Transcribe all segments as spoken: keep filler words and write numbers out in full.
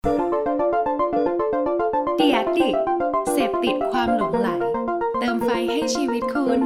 The Addict เสพติดความหลงใหลเติมไฟให้ชีวิตคุณ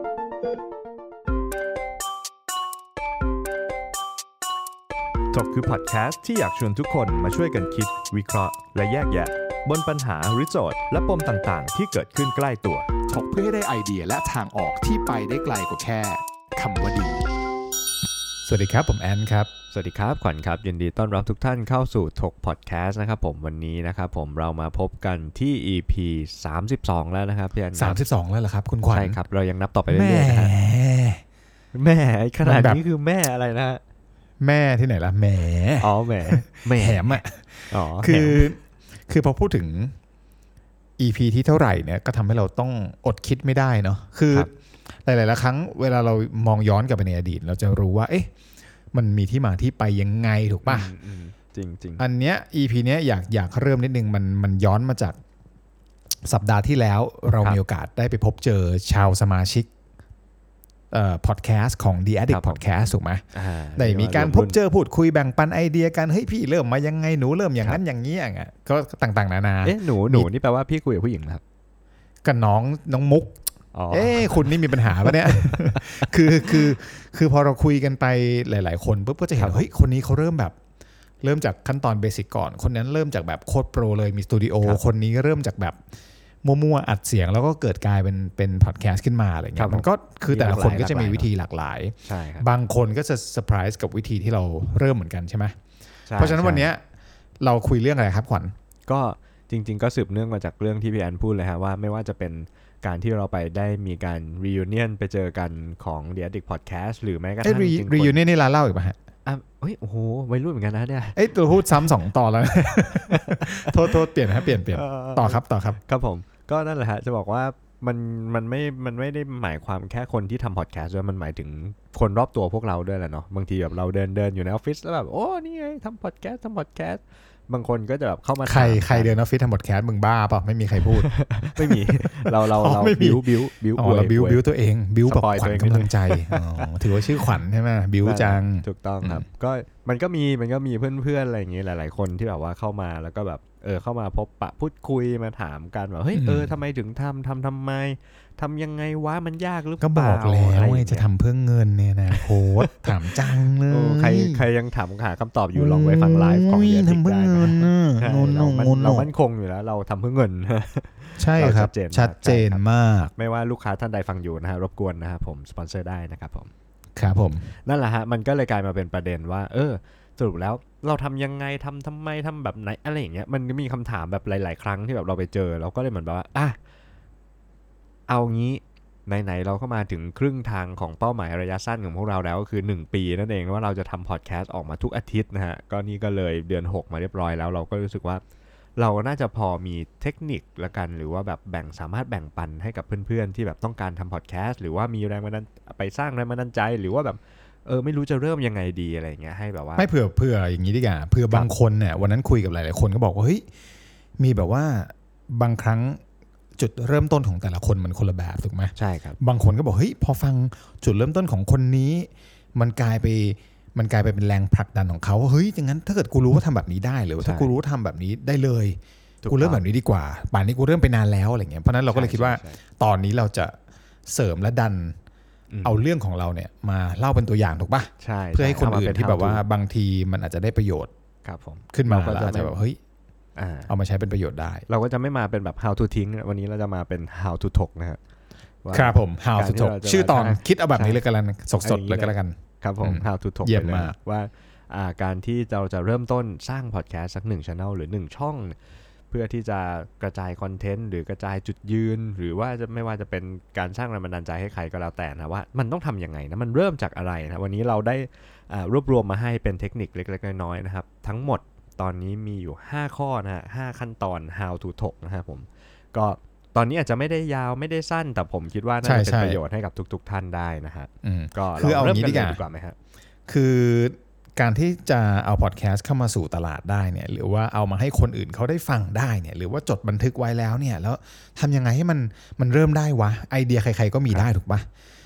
ถกคือพอดแคสต์ที่อยากชวนทุกคนมาช่วยกันคิดวิเคราะห์และแยกแยะบนปัญหาหรือโจทย์และปมต่างๆที่เกิดขึ้นใกล้ตัวถกเพื่อให้ได้ไอเดียและทางออกที่ไปได้ไกลกว่าแค่คำว่าดีสวัสดีครับผมแอนครับสวัสดีครับขวัญครับยินดีต้อนรับทุกท่านเข้าสู่ถกพอดแคสต์นะครับผมวันนี้นะครับผมเรามาพบกันที่ อี พี สามสิบสองแล้วนะครับพี่แอนสามสิบสองแล้วเหรอครับคุณขวัญใช่ครับเรายังนับต่อไปเรื่อยๆนะแม่ไอ้ขนาดนี้คือแม่อะไรนะแม่ที่ไหนล่ะแหมอ๋อแหมแหมแหมอ่ะอ๋อคือคือพอพูดถึง อี พี ที่เท่าไหร่เนี่ยก็ทำให้เราต้องอดคิดไม่ได้เนาะคือหลายๆครั้งเวลาเรามองย้อนกลับไปในอดีตเราจะรู้ว่าเอ๊ะมันมีที่มาที่ไปยังไงถูกป่ะจริงจริงอันเนี้ย อี พี เนี้ยอยากอยากเริ่มนิดนึงมันมันย้อนมาจากสัปดาห์ที่แล้วเรามีโอกาสได้ไปพบเจอชาวสมาชิกเอ่อพอดแคสต์ของ The Addict Podcast ถูกไหมได้มีการพบเจอพูดคุยแบ่งปันไอเดียกันเฮ้ยพี่เริ่มมายังไงหนูเริ่มอย่างนั้นอย่างนี้อย่างเงี้ยก็ต่างๆนานาเอ๊ะหนูหนูนี่แปลว่าพี่คุยกับผู้หญิงครับกับน้องน้องมุกเอ๊ะคุณนี่มีปัญหาปะเนี่ย คือคือคือพอเราคุยกันไปหลายๆคนปุ๊บก็จะเห็นเฮ้ยคนนี้เขาเริ่มแบบเริ่มจากขั้นตอนเบสิกก่อนคนนั้นเริ่มจากแบบโคตรโปรเลยมีสตูดิโอคนนี้ก็เริ่มจากแบบมั่วๆอัดเสียงแล้วก็เกิดกลายเป็นเป็นพอดแคสต์ขึ้นมาอะไรเงี้ยมันก็คือแต่ละคนก็จะมีวิธีหลากหลายบางคนก็จะเซอร์ไพรส์กับวิธีที่เราเริ่มเหมือนกันใช่ไหมเพราะฉะนั้นวันนี้เราคุยเรื่องอะไรครับขวัญก็จริงๆก็สืบเนื่องมาจากเรื่องที่พี่แอนพูดเลยฮะว่าไม่ว่าจะเป็นการที่เราไปได้มีการ reunion ไปเจอกันของ The Addict Podcast หรือแม้กระทั่งจริงๆ reunion นี่ร้านเล่าอีกป่ะฮะอ่ะเฮ้ยโอ้โหวัยรุ่นเหมือนกันนะเนี่ยเอ้ยตัวพูดซ้ำสองต่อแล้วโทษโทษเปลี่ยนนะเปลี่ยนเปลี่ยนต่อครับต่อครับครับผมก็นั่นแหละฮะจะบอกว่ามันมันไม่มันไม่ได้หมายความแค่คนที่ทำพอดแคสต์ด้วยมันหมายถึงคนรอบตัวพวกเราด้วยแหละเนาะบางทีแบบเราเดินเดินอยู่ในออฟฟิศแล้วแบบโอ้นี่ไงทำพอดแคสต์ทำพอดแคสต์บางคนก็จะแบบเข้ามาใครใครเดินออฟฟิศทำพอดแคสต์มึงบ้าป่ะไม่มีใครพูดไม่มีเราเราเราบิวบิวบิวอ๋อเราบิวบิวตัวเองบิวแบบขวัญกำลังใจอ๋อถือว่าชื่อขวัญใช่ไหมบิวจังถูกต้องครับก็มันก็มีมันก็มีเพื่อนๆอะไรอย่างเงี้ยหลายๆคนที่แบบว่าเข้ามาแล้วก็แบบเออเข้ามาพบปะพูดคุยมาถามกันแบบเฮ้ยเออทำไมถึงทำทำทำไมทำยังไงวะมันยากหรือเปล่าก็บอกแล้วไงจะทำเพื่อเงินเนี่ยนะโคตรถามจังเลยใครใครยังถามหาคำตอบอยู่ลองไปฟังไลฟ์ของเดียร์ทิกได้นะเราเรามั่นคงอยู่แล้วเราทำเพื่อเงินใช่ครับชัดเจนมากไม่ว่าลูกค้าท่านใดฟังอยู่นะฮะรบกวนนะครับผมสปอนเซอร์ได้นะครับผมครับผมนั่นแหละฮะมันก็เลยกลายมาเป็นประเด็นว่าเออสรุปแล้วเราทำยังไงทำทำไมทำแบบไหนอะไรอย่างเงี้ยมันมีคำถามแบบหลายๆครั้งที่แบบเราไปเจอเราก็เลยเหมือนแบบว่าอ่ะเอางี้ไหนๆเราก็มาถึงครึ่งทางของเป้าหมายระยะสั้นของพวกเราแล้วก็คือหนึ่งปีนั่นเองว่าเราจะทำพอดแคสต์ออกมาทุกอาทิตย์นะฮะก็นี่ก็เลยเดือนหกมาเรียบร้อยแล้วเราก็รู้สึกว่าเราน่าจะพอมีเทคนิคละกันหรือว่าแบบแบ่งสามารถแบ่งปันให้กับเพื่อนๆที่แบบต้องการทำพอดแคสต์หรือว่ามีแรงบันดาลไปสร้างแรงบันดาลใจหรือว่าแบบเออไม่รู้จะเริ่มยังไงดีอะไรเงี้ยให้แบบว่าไม่เผื่อเผื่ออย่างนี้ดีกว่าเผื่อบางคนเนี่ยวันนั้นคุยกับหลายๆคนก็บอกว่าเฮ้ยมีแบบว่าบางครั้งจุดเริ่มต้นของแต่ละคนมันคนละแบบถูกไหมใช่ครับบางคนก็บอกเฮ้ยพอฟังจุดเริ่มต้นของคนนี้มันกลายไปมันกลายไปเป็นแรงผลักดันของเขาเฮ้ยอย่างนั้นถ้าเกิดกูรู้ว่าทำแบบนี้ได้หรือถ้ากูรู้ว่าทำแบบนี้ได้เลยกูเริ่มแบบนี้ดีกว่าป่านนี้กูเริ่มไปนานแล้วอะไรเงี้ยเพราะนั้นเราก็เลยคิดว่าตอนนี้เราจะเสริมและดันเอาเรื่องของเราเนี่ยมาเล่าเป็นตัวอย่างถูกป่ะเพื่อให้คนอื่นที่แบบว่าบางทีมันอาจจะได้ประโยชน์ขึ้นมาแล้วอาจจะแบบเฮ้ยเอามาใช้เป็นประโยชน์ได้เราก็จะไม่มาเป็นแบบ how to ทิ้งวันนี้เราจะมาเป็น how to ถกนะฮะครับผม how to ถกชื่อตอนคิดเอาแบบนี้เลยกันแล้วสดๆเลยก็แล้วกันครับผม how to ถกไปเลยว่าการที่เราจะเริ่มต้นสร้างพอดแคสต์สักหนึ่ง channel หรือหนึ่งช่องเพื่อที่จะกระจายคอนเทนต์หรือกระจายจุดยืนหรือว่าจะไม่ว่าจะเป็นการสร้างแรงบันดาลใจให้ใครก็แล้วแต่นะว่ามันต้องทำยังไงนะมันเริ่มจากอะไรนะวันนี้เราได้รวบรวมมาให้เป็นเทคนิคเล็กๆน้อยๆนะครับทั้งหมดตอนนี้มีอยู่ห้าข้อนะฮะห้าขั้นตอน how to ถกนะครับผมก็ตอนนี้อาจจะไม่ได้ยาวไม่ได้สั้นแต่ผมคิดว่าน่าจะเป็นประโยชน์ให้กับทุกๆท่านได้นะฮะก็คือเอาเริ่มกันเลยดีกว่าไหมฮะคือการที่จะเอาพอดแคสต์เข้ามาสู่ตลาดได้เนี่ยหรือว่าเอามาให้คนอื่นเขาได้ฟังได้เนี่ยหรือว่าจดบันทึกไว้แล้วเนี่ยแล้วทำยังไงให้มันมันเริ่มได้วะไอเดียใครๆก็มีได้ถูกปะ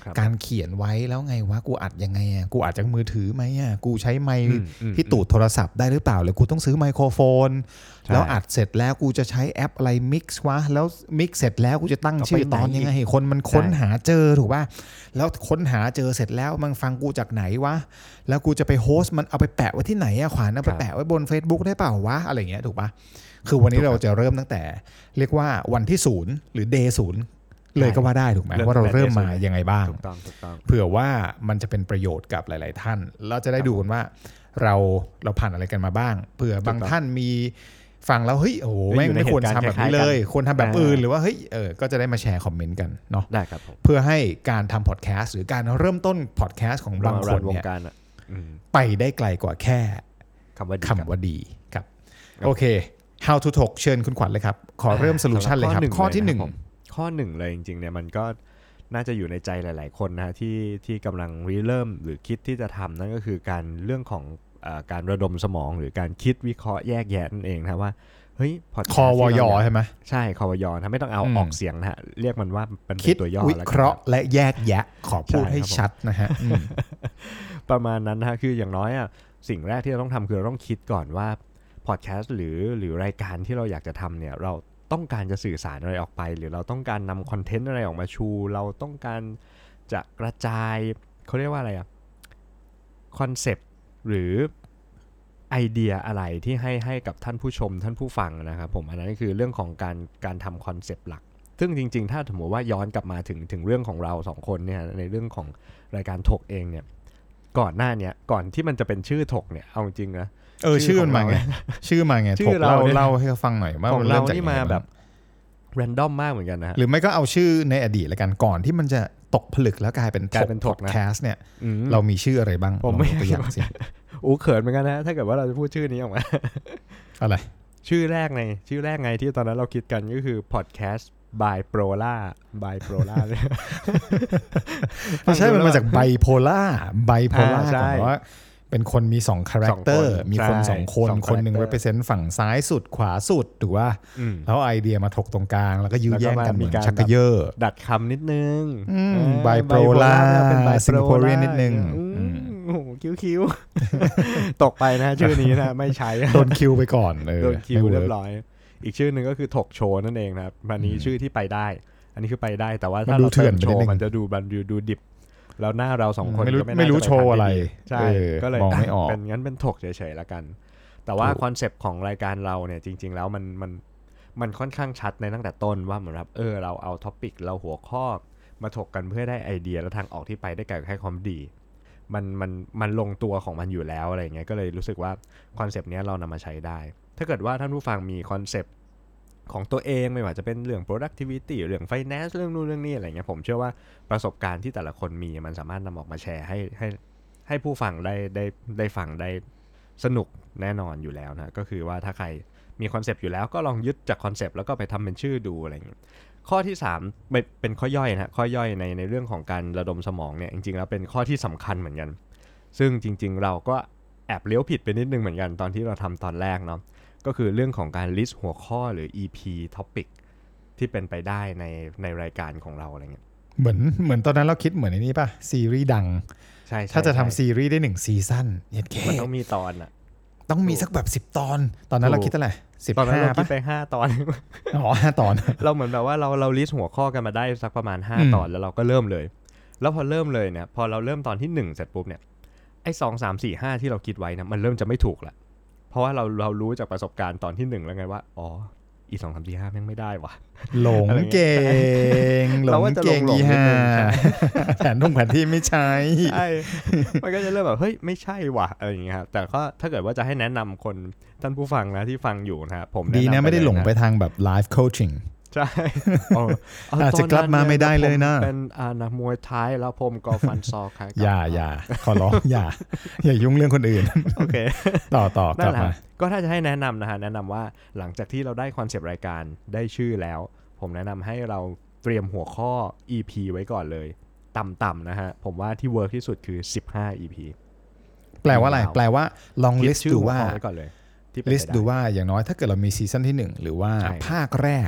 การเขียนไว้แล้วไงวะกูอัดยังไงอ่ะกูอัดจากมือถือไหมอ่ะกูใช้ไมค์ที่ตูดโทรศัพท์ได้หรือเปล่าหรือกูต้องซื้อไมโครโฟนแล้วอัดเสร็จแล้วกูจะใช้แอปอะไรมิกซ์วะแล้วมิกซ์เสร็จแล้วกูจะตั้งชื่อตอนยังไงคนมันค้นหาเจอถูกป่ะแล้วค้นหาเจอเสร็จแล้วมันฟังกูจากไหนวะแล้วกูจะไปโฮสต์มันเอาไปแปะไว้ที่ไหนอ่ะขวานเอาไปแปะไว้บน Facebook ได้เปล่าวะอะไรอย่างเงี้ยถูกป่ะคือวันนี้เราจะเริ่มตั้งแต่เรียกว่าวันที่ศูนย์หรือเดย์ศูนย์เลยก็ว่าได้ถูกไหมว่าเราเริ่มมายังไงบ้างเผื่อว่ามันจะเป็นประโยชน์กับหลายๆท่านเราจะได้ดูกันว่าเราเราผ่านอะไรกันมาบ้างเผื่อบางท่านมีฟังแล้วเฮ้ยโอ้โหไม่ไม่ควรทำแบบนี้เลยควรทำแบบอื่นหรือว่าเฮ้ยเออก็จะได้มาแชร์คอมเมนต์กันเนาะได้ครับผมเพื่อให้การทำพอดแคสต์หรือการเริ่มต้นพอดแคสต์ของบางคนเนี่ยไปได้ไกลกว่าแค่คำว่าดีคำว่าดีครับโอเค how to talk เชิญคุณขวัญเลยครับขอเริ่มโซลูชันเลยครับข้อที่หนึ่งข้อหนึ่งเลยจริงๆเนี่ยมันก็น่าจะอยู่ในใจหลายๆคนนะที่ที่กำลังริเริ่มหรือคิดที่จะทำนั่นก็คือการเรื่องของเอ่อการระดมสมองหรือการคิดวิเคราะห์แยกแยะนั่นเองนะว่าเฮ้ยพอดแคสต์คอวยอใช่ไหมใช่คอวยอนะไม่ต้องเอาออกเสียงนะฮะเรียกมันว่าเป็นตัวย่อแล้วคิดวิเคราะห์และแยกแยะขอพูดให้ชัดนะฮะประมาณนั้นนะฮะคืออย่างน้อยอ่ะสิ่งแรกที่เราต้องทำคือเราต้องคิดก่อนว่าพอดแคสต์หรือหรือรายการที่เราอยากจะทำเนี่ยเราต้องการจะสื่อสารอะไรออกไปหรือเราต้องการนำคอนเทนต์อะไรออกมาชูเราต้องการจะกระจายเขาเรียกว่าอะไรอะคอนเซปต์หรือไอเดียอะไรที่ให้ให้กับท่านผู้ชมท่านผู้ฟังนะครับผมอันนั้นคือเรื่องของการการทำคอนเซปต์หลักซึ่งจริงๆถ้าสมมติว่าย้อนกลับมาถึงถึงเรื่องของเราสองคนเนี่ยในเรื่องของรายการถกเองเนี่ยก่อนหน้านี้ก่อนที่มันจะเป็นชื่อถกเนี่ยเอาจริงนะเออชื่อมันมาไงชื่อมาไงถกเล่าเล่าให้ฟังหน่อยว่ามันเริ่มจากนี่มาแบบแรนดอมมากเหมือนกันนะหรือไม่ก็เอาชื่อในอดีตละกันก่อนที่มันจะตกผลึกแล้วกลายเป็นถกพอดแคสต์เนี่ยเรามีชื่ออะไรบ้างผมไม่ตัวอย่างสิอู้เขินเหมือนกันนะถ้าเกิดว่าเราจะพูดชื่อนี้ออกมาอะไรชื่อแรกในชื่อแรกไงที่ตอนนั้นเราคิดกันก็คือพอดแคสต์ by Prola by Prola เลยไม่ใช่มันมาจากไบโพล่าไบโพล่าก่อนว่าเป็นคนมีสองคาแรคเตอร์มีคนสองคนคนหนึ่ง represent ฝั่งซ้ายสุดขวาสุดถูกป่ะแล้วไอเดียมาถกตรงกลางแล้วก็ยื้อแย่งกันเหมือนชักกระเยอะดัดคำนิดนึงไบโพล่าสิงคโปร์เรียนนิดนึงโอ้โหคิ้วๆตกไปนะชื่อนี้นะไม่ใช้โดนคิวไปก่อนโดนคิวเรียบร้อยอีกชื่อหนึ่งก็คือถกโชว์นั่นเองนะครับอันนี้ชื่อที่ไปได้อันนี้คือไปได้แต่ว่าถ้าเราเติมโชว์มันจะดูบันดูดิบแล้วหน้าเราสองคนก็ไม่รู้โชว์อะไรใช่ก็เลยเป็นงั้นเป็นถกเฉยๆแล้วกันแต่ว่าคอนเซปต์ของรายการเราเนี่ยจริงๆแล้วมันมันมันค่อนข้างชัดในตั้งแต่ต้นว่าเหมือนแบบเออเราเอาท็อปิกเราหัวข้อมาถกกันเพื่อได้ไอเดียและทางออกที่ไปได้ไกลให้ความดีมันมันมันลงตัวของมันอยู่แล้วอะไรเงี้ยก็เลยรู้สึกว่าคอนเซปต์นี้เรานำมาใช้ได้ถ้าเกิดว่าท่านผู้ฟังมีคอนเซปต์ของตัวเองไม่ว่าจะเป็นเรื่อง productivity เรื่อง finance เรื่องนู่นเรื่องนี้อะไรเงี้ยผมเชื่อว่าประสบการณ์ที่แต่ละคนมีมันสามารถนำออกมาแชร์ให้ให้ให้ผู้ฟังได้ได้ได้ฟังได้สนุกแน่นอนอยู่แล้วนะก็คือว่าถ้าใครมีคอนเซปต์อยู่แล้วก็ลองยึดจากคอนเซปต์แล้วก็ไปทำเป็นชื่อดูอะไรเงี้ยข้อที่สามเป็นข้อย่อยนะข้อย่อยในในเรื่องของการระดมสมองเนี่ยจริงๆแล้วเป็นข้อที่สำคัญเหมือนกันซึ่งจริงๆเราก็แอบเลี้ยวผิดไปนิดนึงเหมือนกันตอนที่เราทำตอนแรกเนาะก็คือเรื่องของการ list หัวข้อหรือ อี พี topic ที่เป็นไปได้ในในรายการของเราอะไรเงี้ยเหมือนเหมือนตอนนั้นเราคิดเหมือนในนี้ป่ะซีรีส์ดังใช่ถ้าจะทำซีรีส์ได้หนึ่งซีซั่นเย็ดแค่มันต้องมีตอนอ่ะต้องมีสักแบบสิบตอนตอนนั้นเราคิดเท่าไหร่สิบห้าตอนนั้นเราคิดไปห้าตอนอ๋อห้าตอนเราเหมือนแบบว่าเราเรา list หัวข้อกันมาได้สักประมาณห้าตอนแล้วเราก็เริ่มเลยแล้วพอเริ่มเลยเนี่ยพอเราเริ่มตอนที่หนึ่งเสร็จปุ๊บเนี่ยไอ้สอง สาม สี่ ห้าที่เราคิดไว้นะมันเริ่มจะไม่ถูกละเพราะว่าเราเรารู้จากประสบการณ์ตอนที่หนึ่งแล้วไงว่าอ๋ออีสอง สาม สี่ ห้าแม่งไม่ได้ว่ะหลงเก่งหลงเก่งอีห่าแผนทุ่งแผนที่ไม่ใช่ใช่มันก็จะเริ่มแบบเฮ้ยไม่ใช่ว่ะอะไรอย่างเงี้ยครับแต่ก็ถ้าเกิดว่าจะให้แนะนำคนท่านผู้ฟังนะที่ฟังอยู่นะครับผมดีนะไม่ได้หลงไปทางแบบไลฟ์โคชชิ่งใช่อาจจะกลับมาไม่ได้เลยนะเป็นอ่านักมวยไทยแล้วผมก็ฟันซอกครับอย่าอย่าขอร้องอย่าอย่ายุ่งเรื่องคนอื่นโอเคต่อต่อกลับมาก็ถ้าจะให้แนะนำนะฮะแนะนำว่าหลังจากที่เราได้คอนเซปต์รายการได้ชื่อแล้วผมแนะนำให้เราเตรียมหัวข้อ อี พี ไว้ก่อนเลยต่ำๆนะฮะผมว่าที่เวิร์กที่สุดคือสิบห้า อี พีแปลว่าอะไรแปลว่าลองลิสต์ดูว่าก่อนเลยลิสต์ดูว่าอย่างน้อยถ้าเกิดเรามีซีซั่นที่หนึ่งหรือว่าภาคแรก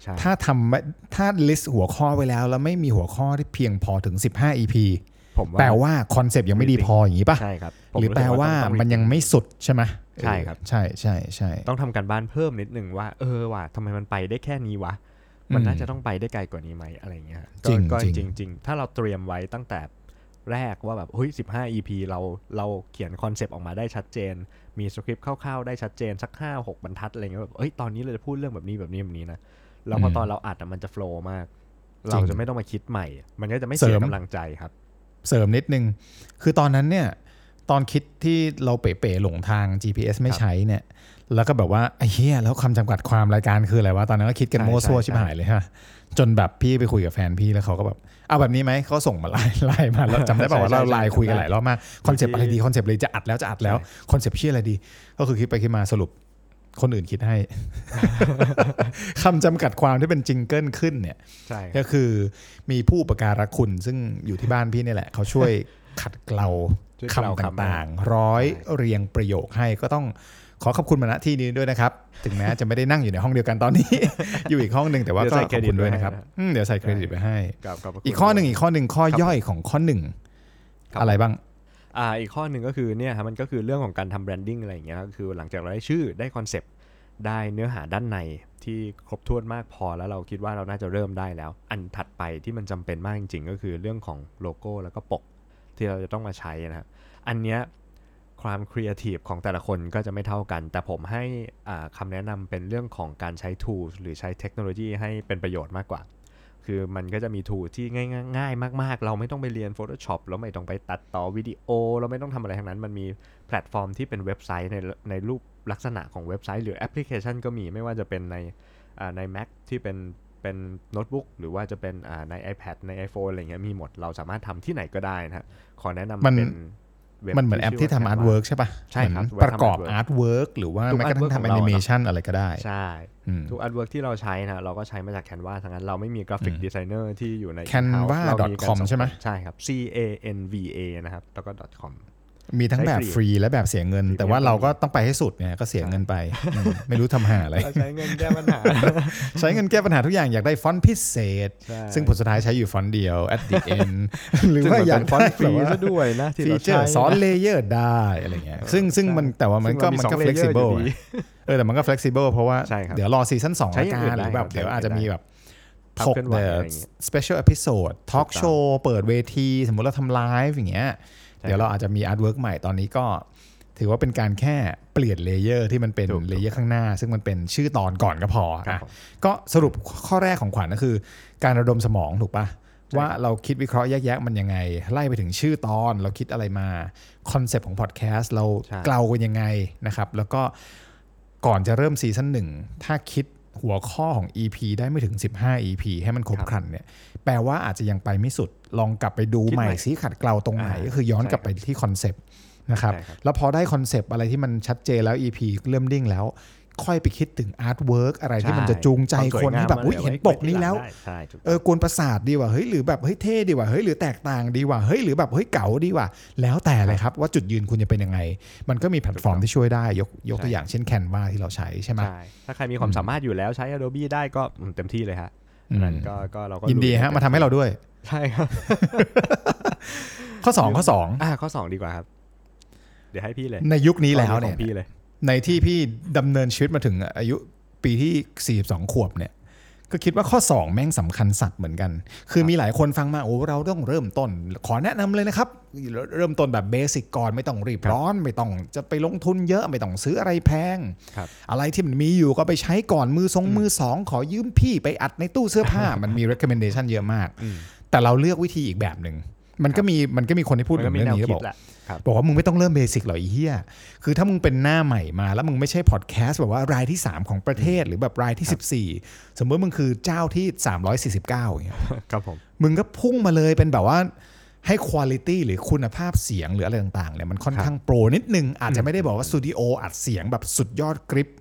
ถ้าทำถ้า list หัวข้อไว้แล้วแล้วไม่มีหัวข้อที่เพียงพอถึงสิบห้า อี พีผมว่าแปลว่าคอนเซปต์ยังไม่ดีพออย่างนี้ป่ะใช่ครับหรือแปลว่ามันยังไม่สุดใช่ไหมใช่ครับใช่ใช่ใช่ต้องทำการบ้านเพิ่มนิดนึงว่าเออว่ะทำไมมันไปได้แค่นี้วะมันน่าจะต้องไปได้ไกลกว่านี้ไหมอะไรเงี้ยก็จริงจริงถ้าเราเตรียมไว้ตั้งแต่แรกว่าแบบเฮ้ยสิบห้า อี พี เราเราเขียนคอนเซปต์ออกมาได้ชัดเจนมีสคริปต์คร่าวๆได้ชัดเจนสัก ห้าหก บรรทัดอะไรเงี้ยแบบเฮ้ยตอนนี้เราจะพูดเรื่องแบบนี้แบบนี้แบบนี้นะแล้วพอตอนเราอัดมันจะโฟลว์มากเราจะไม่ต้องมาคิดใหม่มันก็จะไม่เสียกำลังใจครับเสริมนิดนึงคือตอนนั้นเนี่ยตอนคิดที่เราเป๋ๆหลงทาง จี พี เอส ไม่ใช้เนี่ยแล้วก็แบบว่าไอ้เหี้ยแล้วคำจำกัดความรายการคืออะไรวะตอนนั้นก็คิดกันโม้ซั่วชิบหายเลยฮะจนแบบพี่ไปคุยกับแฟนพี่แล้วเขาก็แบบเอาแบบนี้ไหมเขาส่งมาไลน์ไลน์มาแล้วจำได้ป่าวว่าเราไลน์คุยกันหลายรอบมากคอนเซปต์อะไรดีคอนเซปต์เลยจะอัดแล้วจะอัดแล้วคอนเซปต์ชื่ออะไรดีก็คือคิดไปคิดมาสรุปคนอื่นคิดให้ คำจำกัดความที่เป็นจิงเกิลขึ้นเนี่ยก็คือมีผู้อุปการะคุณซึ่งอยู่ที่บ้านพี่นี่แหละเขาช่วยขัดเกลาคำต่างๆร้อยเรียงประโยคให้ก็ต้องขอขอบคุณมาณที่นี้ด้วยนะครับถึงแม้จะไม่ได้นั่งอยู่ในห้องเดียวกันตอนนี้ อยู่อีกห้องนึงแต่ว่าก็ขอบคุณด้วยนะครับเดี๋ยวใส่เครดิตไปให้อีกข้อหนึ่งอีกข้อหนึ่งข้อย่อยของข้อหนึ่งอะไรบ้างอ่าอีกข้อหนึ่งก็คือเนี่ยครับมันก็คือเรื่องของการทำแบรนดิ้งอะไรอย่างเงี้ยก็คือหลังจากเราได้ชื่อได้คอนเซปต์ได้เนื้อหาด้านในที่ครบถ้วนมากพอแล้วเราคิดว่าเราน่าจะเริ่มได้แล้วอันถัดไปที่มันจำเป็นมากจริงๆก็คือเรื่องของโลโก้แล้วก็ปกที่เราจะต้องมาใช้นะครับอันเนี้ยความครีเอทีฟของแต่ละคนก็จะไม่เท่ากันแต่ผมให้อ่าคำแนะนำเป็นเรื่องของการใช้ tools หรือใช้เทคโนโลยีให้เป็นประโยชน์มากกว่าคือมันก็จะมี tool ที่ง่ายง่ายมากๆเราไม่ต้องไปเรียน Photoshop เราไม่ต้องไปตัดต่อวิดีโอเราไม่ต้องทำอะไรทั้งนั้นมันมีแพลตฟอร์มที่เป็นเว็บไซต์ในในรูปลักษณะของเว็บไซต์หรือแอปพลิเคชันก็มีไม่ว่าจะเป็นในอ่าใน Mac ที่เป็นเป็นโน้ตบุ๊กหรือว่าจะเป็นอ่าใน iPad ใน iPhone อะไรเงี้ยมีหมดเราสามารถทำที่ไหนก็ได้นะขอแนะนำเป็นมันเหมือนแอปที่ทำอาร์ตเวิร์กใช่ป่ะใช่ครับประกอบอาร์ตเวิร์กหรือว่าแม้กระทั่งทำแอนิเมชันอะไรก็ได้ใช่ทุกอาร์ตเวิร์กที่เราใช้นะเราก็ใช้มาจาก Canva ทั้งนั้นเราไม่มีกราฟิกดีไซเนอร์ที่อยู่ในแคนวา ดอท คอม ใช่ไหมใช่ครับ C A N V A นะครับแล้วก็ .com มีทั้งแบบฟรีและแบบเสียเงินแต่ว่าเราก็ต้องไปให้สุดเนี่ยก็เสียเงินไปไม่รู้ทำหาอะไรใช้เงินแก้ปัญหาใช้เงินแก้ปัญหาทุกอย่างอยากได้ฟอนต์พิเศษซึ่งผลสุดท้ายใช้อยู่ฟอนต์เดียว at the end หรือว่าอยากฟอนต์ฟรีซะด้วยนะที่เราใช้ซ้อนเลเยอร์ได้อะไรเงี้ยซึ่งซึ่งมันแต่ว่ามันก็มันก็ flexible เออแต่มันก็ flexible เพราะว่าเดี๋ยวรอซีซั่นสองละกันหรือแบบเดี๋ยวอาจจะมีแบบถกแบบ special episode talk show เปิดเวทีสมมุติเราทำไลฟ์อย่างเงี้ยเดี๋ยวเราอาจจะมีอาร์ตเวิร์กใหม่ตอนนี้ก็ถือว่าเป็นการแค่เปลี่ยนเลเยอร์ที่มันเป็นเลเยอร์ข้างหน้าซึ่งมันเป็นชื่อตอนก่อนก็พออ่ะก็สรุปข้อแรกของขวัญก็คือการระดมสมองถูกปะว่าเราคิดวิเคราะห์แยกๆมันยังไงไล่ไปถึงชื่อตอนเราคิดอะไรมาคอนเซปต์ของพอดแคสต์เราเกลากันยังไงนะครับแล้วก็ก่อนจะเริ่มซีซั่นหนึ่งถ้าคิดหัวข้อของ อี พี ได้ไม่ถึงสิบห้า อี พี ให้มันครบครันเนี่ยแปลว่าอาจจะยังไปไม่สุดลองกลับไปดูใหม่ซิขัดเกลาตรงไหนก็คือย้อนกลับไปที่คอนเซปต์นะครับแล้วพอได้คอนเซปต์อะไรที่มันชัดเจนแล้ว อี พี เริ่มดิ้งแล้วค่อยไปคิดถึงอาร์ตเวิร์กอะไรที่มันจะจูงใจคนให้แบบอุ๊ยเห็นปกนี้แล้วเออกวนประสาทดีว่ะเฮ้ยหรือแบบเฮ้ยเท่ดีว่ะเฮ้ยหรือแตกต่างดีว่ะเฮ้ยหรือแบบเฮ้ยเก๋าดีว่ะแล้วแต่เลยครับว่าจุดยืนคุณจะเป็นยังไงมันก็มีแพลตฟอร์มที่ช่วยได้ยกยกตัวอย่างเช่น Canva ที่เราใช้ใช่ไหมถ้าใครมีความสามารถอยู่แล้วใช้ Adobe ได้ก็เต็มที่เลยฮะนั่นก็ก็เราก็ยินดีฮะมาทำให้เราด้วยใช่ครับข้อสองข้อสองอ่าข้อสองดีกว่าครับเดี๋ยวให้พี่เลยในยุคนี้แล้วเนี่ยพี่เลยในที่พี่ดำเนินชีวิตมาถึงอายุปีที่สี่สิบสองขวบเนี่ยก็คิดว่าข้อสองแม่งสำคัญสัตว์เหมือนกันคือมีหลายคนฟังมาโอ้เราต้องเริ่มต้นขอแนะนำเลยนะครับเริ่มต้นแบบเบสิกก่อนไม่ต้องรีบร้อนไม่ต้องจะไปลงทุนเยอะไม่ต้องซื้ออะไรแพงอะไรที่มันมีอยู่ก็ไปใช้ก่อนมือสองมือสองขอยืมพี่ไปอัดในตู้เสื้อผ้ามันมี recommendation เยอะมากแต่เราเลือกวิธีอีกแบบนึงมันก็มีมันก็มีคนที่พูดแบบนี้บอกบอกว่ามึงไม่ต้องเริ่มเบสิกหรอกไอ้เหี้ยคือถ้ามึงเป็นหน้าใหม่มาแล้วมึงไม่ใช่พอดแคสต์แบบว่ารายที่สามของประเทศหรือแบบรายที่สิบสี่สมมติมึงคือเจ้าที่สามร้อยสี่สิบเก้าอย่างเงี้ยครับผมมึงก็พุ่งมาเลยเป็นแบบว่าให้คุณภาพหรือคุณภาพเสียงหรืออะไรต่างๆเนี่ยมันค่อนข้างโปรนิดนึงอาจจะไม่ได้บอกว่าสตูดิโออัดเสียงแบบสุดยอดกริป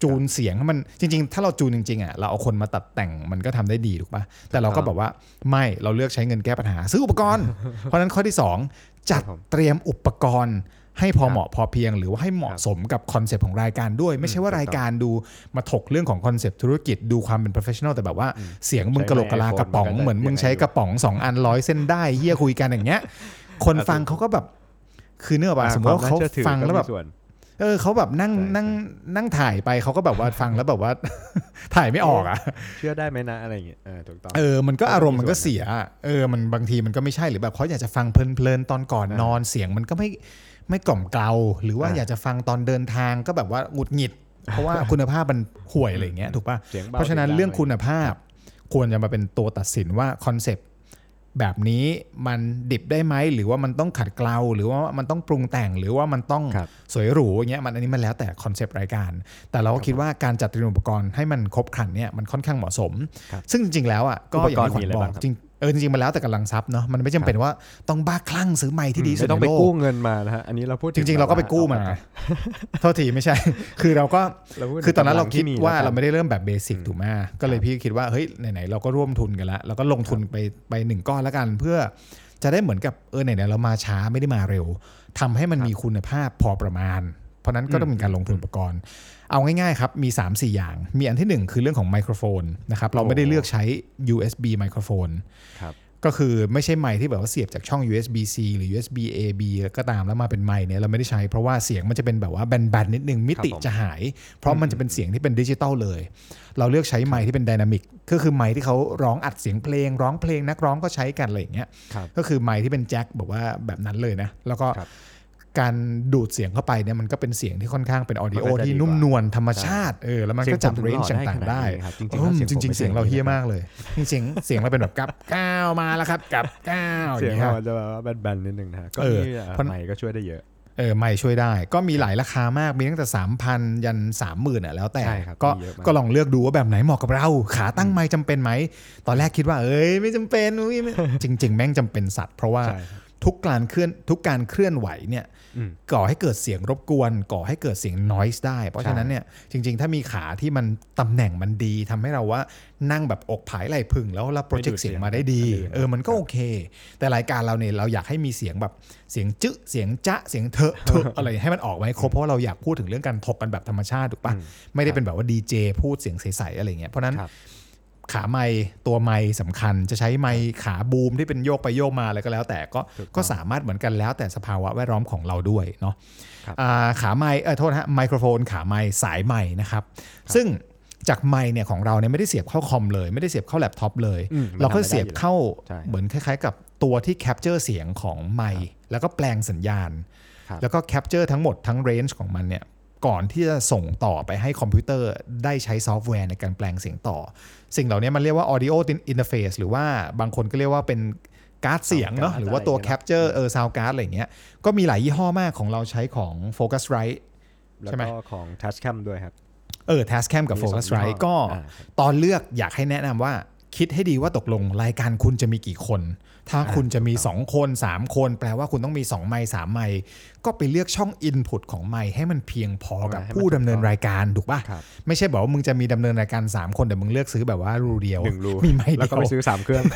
จูนเสียงให้มันจริงๆถ้าเราจูนจริงๆอ่ะเราเอาคนมาตัดแต่งมันก็ทำได้ดีถูกป่ะแต่เราก็แบบว่าไม่เราเลือกใช้เงินแก้ปัญหาซื้ออุปกรณ์ เพราะฉะนั้นข้อที่สองจัดเตรียมอุปกรณ์ให้พอเหมาะพอเพียงหรือว่าให้เหมาะสมกับคอนเซปต์ของรายการด้วยไม่ใช่ว่ารายการดูมาถกเรื่องของคอนเซปต์ธุรกิจดูความเป็น professional แต่แบบว่าเสียงมึงกะโหลกกะลากระป๋องเหมือนมึงใช้กระป๋องสองอันร้อยเส้นได้เหี้ยคุยกันอย่างเงี้ยคนฟังเขาก็แบบคือเนื้อป่ะสมมติว่าเขาฟังแล้วแบบเออเขาแบบนั่งนั่งนั่งถ่ายไปเขาก็แบบว่าฟังแล้วแบบว่าถ่ายไม่ออกอ่ะเชื่อได้ไหมนะอะไรอย่างเงี้ยเออถูกต้องเออมันก็อารมณ์มันก็เสียเออมันบางทีมันก็ไม่ใช่หรือแบบเขาอยากจะฟังเพลินๆตอนก่อนนอนเสียงมันก็ไม่ไม่กล่อมเกลาหรือว่าอยากจะฟังตอนเดินทางก็แบบว่าหงุดหงิดเพราะว่าคุณภาพมันห่วยอะไรอย่างเงี้ยถูกป่ะเพราะฉะนั้นเรื่องคุณภาพควรจะมาเป็นตัวตัดสินว่าคอนเซปต์แบบนี้มันดิบได้ไหมหรือว่ามันต้องขัดเกลาหรือว่ามันต้องปรุงแต่งหรือว่ามันต้องสวยหรูอย่างเงี้ยมันอันนี้มันแล้วแต่คอนเซปต์รายการแต่เราก็คิดว่าการจัดเตรียมอุปกรณ์ให้มันครบครันเนี่ยมันค่อนข้างเหมาะสมซึ่งจริงๆแล้วอ่ะก็อย่างที่ขวัญบอกจริงเออจริงๆมันแล้วแต่กำลังทรัพย์เนาะมันไม่จำเป็นว่าต้องบ้าคลั่งซื้อไมค์ที่ดีสุดในโลกไม่ต้องไปกู้เงินมานะฮะอันนี้เราพูดจริงๆเราก็ไปกู้มาโทษทีไม่ใช่คือเราก็คือตอนนั้นเราคิดว่าเราไม่ได้เริ่มแบบเบสิกถูกไหมก็เลยพี่คิดว่าเฮ้ยไหนๆเราก็ร่วมทุนกันแล้วเราก็ลงทุนไปไปหนึ่งก้อนแล้วกันเพื่อจะได้เหมือนกับเออไหนๆเรามาช้าไม่ได้มาเร็วทำให้มันมีคุณภาพพอประมาณเพราะนั้นก็ต้องมีการลงทุนอุปกรณ์เอาง่ายๆครับมี สามสี่ อย่างมีอันที่หนึ่งคือเรื่องของไมโครโฟนนะครับเราไม่ได้เลือกใช้ ยู เอส บี ไมโครโฟนก็คือไม่ใช่ไมค์ที่แบบว่าเสียบจากช่อง ยู เอส บี ซี หรือ ยู เอส บี เอ บี ก็ตามแล้วมาเป็นไมค์เนี่ยเราไม่ได้ใช้เพราะว่าเสียงมันจะเป็นแบบว่าแบนๆนิดนึงมิติจะหายเพราะมันจะเป็นเสียงที่เป็นดิจิตอลเลยเราเลือกใช้ไมค์ที่เป็นไดนามิกก็คือไมค์ที่เขาร้องอัดเสียงเพลงร้องเพลงนักร้องก็ใช้กันอะไรอย่างเงี้ยก็คือไมค์ที่เป็นแจ็คแบบว่าแบบนั้นเลยนะแล้วก็การดูดเสียงเข้าไปเนี่ยมันก็เป็นเสียงที่ค่อนข้างเป็นออดิโอที่นุ่มนวลธรรมชาติเออแล้วมันก็จับเรนจ์ต่างๆได้จริงๆเสียงเราเฮี้ยมากเลยจริงๆเสียงเราเป็นแบบกับก้าวมาแล้วครับกับก้าวเสียงเราจะแบบว่าแบนๆนิดนึงนะก็นี่ไมค์ก็ช่วยได้เยอะเออไมค์ช่วยได้ก็มีหลายราคามากมีตั้งแต่ สามพัน ยัน สามหมื่น อ่ะแล้วแต่ก็ก็ลองเลือกดูว่าแบบไหนเหมาะกับเราขาตั้งไมค์จำเป็นไหมตอนแรกคิดว่าเอ้ยไม่จำเป็นจริงๆแม่งจำเป็นสัตว์เพราะว่าทุกการเคลื่อนทุกการเคลื่อนไหวเนี่ยก่อให้เกิดเสียงรบกวนก่อให้เกิดเสียง noise ได้เพราะฉะนั้นเนี่ยจริงๆถ้ามีขาที่มันตำแหน่งมันดีทำให้เราว่านั่งแบบอกผายไหล่พึ่งแล้วเราโปรเจกต์เสียงมาได้ดีเออมันก็โอเคแต่รายการเราเนี่ยเราอยากให้มีเสียงแบบเสียงจึ๊เสียงจ๊ะเสียงเถอะเถอะอะไรให้มันออกมาให้ครบเพราะว่าเราอยากพูดถึงเรื่องการถกกันแบบธรรมชาติถูกป่ะไม่ได้เป็นแบบว่าดีเจพูดเสียงใสๆอะไรเงี้ยเพราะนั้นขาไมค์ตัวไมค์สำคัญจะใช้ไมค์ขาบูมที่เป็นโยกไปโยกมาอะไรก็แล้วแต่ก็ก็สามารถเหมือนกันแล้วแต่สภาวะแวดล้อมของเราด้วยเนาะขาไมค์เออโทษฮะไมโครโฟนขาไมค์สายไมค์นะครับซึ่งจากไมค์เนี่ยของเราเนี่ยไม่ได้เสียบเข้าคอมเลยไม่ได้เสียบเข้าแล็ปท็อปเลยเราก็เสียบเข้าเหมือนคล้ายๆกับตัวที่แคปเจอร์เสียงของไมค์แล้วก็แปลงสัญญาณแล้วก็แคปเจอร์ทั้งหมดทั้งเรนจ์ของมันเนี่ยก่อนที่จะส่งต่อไปให้คอมพิวเตอร์ได้ใช้ซอฟต์แวร์ในการแปลงเสียงต่อสิ่งเหล่านี้มันเรียกว่า audio interface หรือว่าบางคนก็เรียกว่าเป็นการ์ดเสียงเนาะหรือว่าตัว capture เออ sound card อะไรอย่างเงี้ยก็มีหลายยี่ห้อมากของเราใช้ของ Focusrite ใช่ไหมแล้วก็ของ Tascam ด้วยครับเออ Tascam กับ Focusrite ก็ตอนเลือกอยากให้แนะนำว่าคิดให้ดีว่าตกลงรายการคุณจะมีกี่คนถ้าคุณจะมีสองคนสามคนแปลว่าคุณต้องมีสองไมค์สามไมค์ก็ไปเลือกช่อง input ของไมค์ให้มันเพียงพอกับผู้ดำเนินรายการถูกป่ะไม่ใช่บอกว่ามึงจะมีดำเนินรายการสามคนแต่มึงเลือกซื้อแบบว่ารูเดียวมีไมค์แล้วก็ไปซื้อสามเครื่อง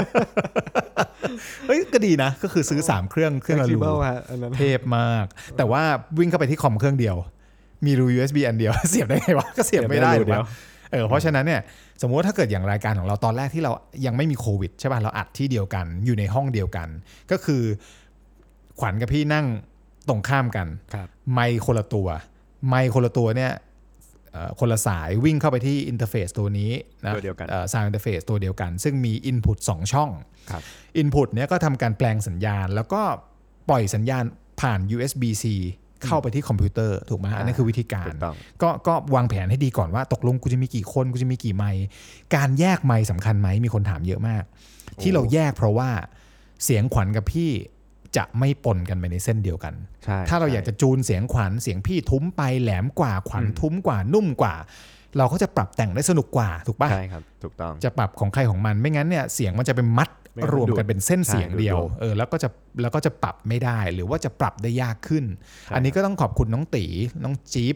เฮ้ยก็ดีนะก็คือซื้อสามเครื่องเครื่องละรูเทพมากแต่ว่าวิ่งเข้าไปที่คอมเครื่องเดียวมีรู ยู เอส บี อันเดียวเสียบได้ไงวะก็เสียบไม่ได้ถูกป่ะเออเพราะฉะนั้นเนี่ยสมมติว่าถ้าเกิดอย่างรายการของเราตอนแรกที่เรายังไม่มีโควิดใช่ป่ะเราอัดที่เดียวกันอยู่ในห้องเดียวกันก็คือขวัญกับพี่นั่งตรงข้ามกันไมค์คนละตัวไมค์คนละตัวเนี่ยคนละสายวิ่งเข้าไปที่อินเทอร์เฟซตัวนี้นะตัวเดียวกันซาวด์อินเทอร์เฟซตัวเดียวกันซึ่งมีอินพุตสองช่องอินพุตเนี่ยก็ทำการแปลงสัญญาณแล้วก็ปล่อยสัญญาณผ่าน ยู เอส บี ซีเข้าไปที่คอมพิวเตอร์ถูกไหมอันนี้คือวิธีการก็ก็วางแผนให้ดีก่อนว่าตกลงกูจะมีกี่คนกูจะมีกี่ไมค์การแยกไมค์สำคัญไหมมีคนถามเยอะมากที่เราแยกเพราะว่าเสียงขวัญกับพี่จะไม่ปนกันไปในเส้นเดียวกันถ้าเราอยากจะจูนเสียงขวัญเสียงพี่ทุ้มไปแหลมกว่าขวัญทุ้มกว่านุ่มกว่าเราก็จะปรับแต่งได้สนุกกว่าถูกป่ะใช่ครับถูกต้องจะปรับของใครของมันไม่งั้นเนี่ยเสียงมันจะเป็นมัดรวมกันเป็นเส้นเสียงเดียวเออแล้วก็จะแล้วก็จะปรับไม่ได้หรือว่าจะปรับได้ยากขึ้นอันนี้ก็ต้องขอบคุณน้องตีน้องจี๊บ